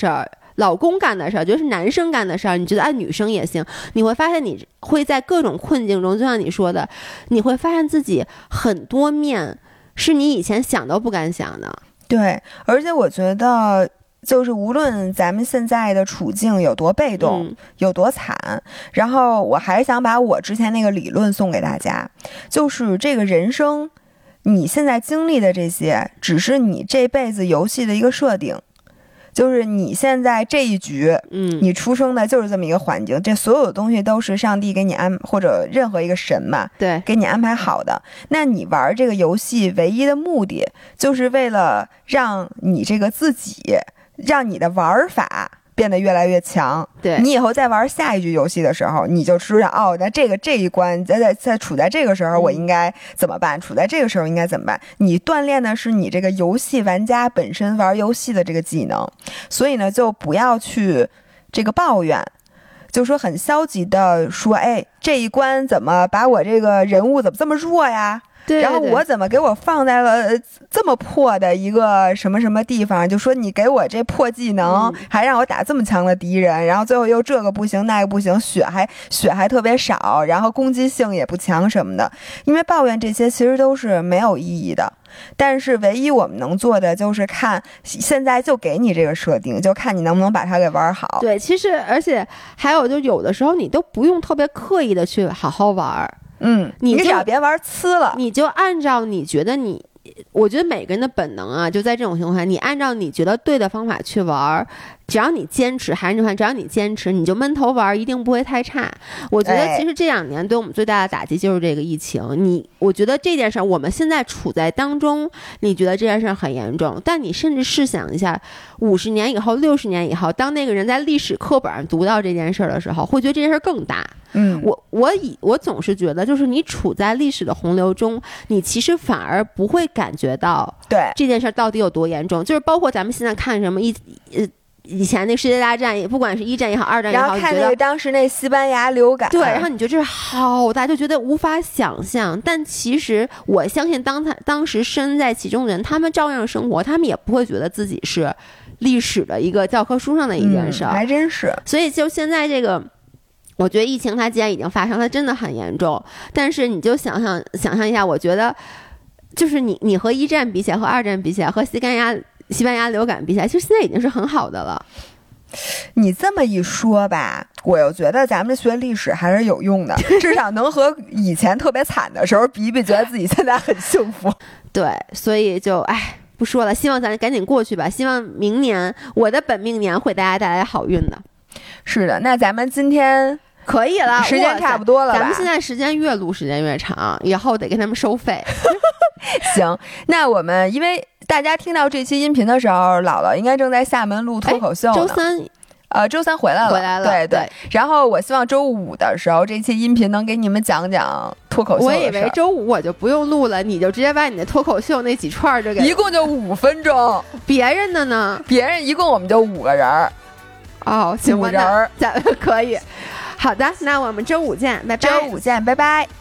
老公干的事儿，就是男生干的事儿，你觉得哎女生也行，你会发现你会在各种困境中，就像你说的，你会发现自己很多面是你以前想都不敢想的。 对，而且我觉得就是无论咱们现在的处境有多被动、嗯、有多惨，然后我还是想把我之前那个理论送给大家，就是这个人生你现在经历的这些只是你这辈子游戏的一个设定，就是你现在这一局， 嗯， 你出生的就是这么一个环境，这所有的东西都是上帝给你安，或者任何一个神嘛， 对， 给你安排好的。那你玩这个游戏唯一的目的，就是为了让你这个自己，让你的玩法变得越来越强。 对， 你以后再玩下一局游戏的时候，你就知道哦，那这个这一关在在在处在这个时候我应该怎么办、嗯、处在这个时候应该怎么办。你锻炼的是你这个游戏玩家本身玩游戏的这个技能，所以呢就不要去这个抱怨，就说很消极的说，哎，这一关怎么把我这个人物怎么这么弱呀， 对对对， 然后我怎么给我放在了这么破的一个什么什么地方，就说你给我这破技能、嗯、还让我打这么强的敌人，然后最后又这个不行那个不行，血还血还特别少，然后攻击性也不强什么的。因为抱怨这些其实都是没有意义的，但是唯一我们能做的就是看现在就给你这个设定，就看你能不能把它给玩好。 对，其实而且还有就有的时候你都不用特别刻意的去好好玩， 嗯， 你只要别玩呲了， 你就按照你觉得你，我觉得每个人的本能啊，就在这种情况下，你按照你觉得对的方法去玩，只要你坚持，还是那句话，只要你坚持，你就闷头玩，一定不会太差。我觉得其实这两年对我们最大的打击就是这个疫情。你，我觉得这件事我们现在处在当中，你觉得这件事很严重，但你甚至试想一下，五十年以后、六十年以后，当那个人在历史课本上读到这件事的时候，会觉得这件事更大。 嗯， 我我以我总是觉得，就是你处在历史的洪流中，你其实反而不会感觉到对这件事到底有多严重。就是包括咱们现在看什么一呃。以前那世界大战，不管是一战也好，二战也好， 然后看那个当时那西班牙流感， 对，然后你觉得这是好大，就觉得无法想象。但其实我相信当他当时身在其中的人，他们照样生活，他们也不会觉得自己是历史的一个教科书上的一件事、 嗯、还真是。 所以就现在这个，我觉得疫情它既然已经发生，它真的很严重。但是你就想象想象一下，我觉得就是你你和一战比起来，和二战比起来，和西班牙。西班牙流感比赛，其实现在已经是很好的了。 你这么一说吧，我又觉得咱们学历史还是有用的，至少能和以前特别惨的时候比比，觉得自己现在很幸福。 对，所以就哎，不说了，希望咱赶紧过去吧。希望明年我的本命年会大家带来好运的。 是的，那咱们今天可以了， 时间差不多了吧？ 咱们现在时间越录时间越长，以后得跟他们收费。 行，那我们因为大家听到这期音频的时候，姥姥应该正在厦门录脱口秀呢。 周三， 呃，周三回来了， 回来了， 对 对, 对。然后我希望周五的时候，这期音频能给你们讲讲脱口秀的事。 我以为周五我就不用录了，你就直接把你的脱口秀那几串就给。 一共就五分钟。 别人的呢？ 别人一共我们就五个人儿。 哦，行吧， 五人儿， 咱可以。好的，那我们周五见，拜拜。 周五见，拜拜。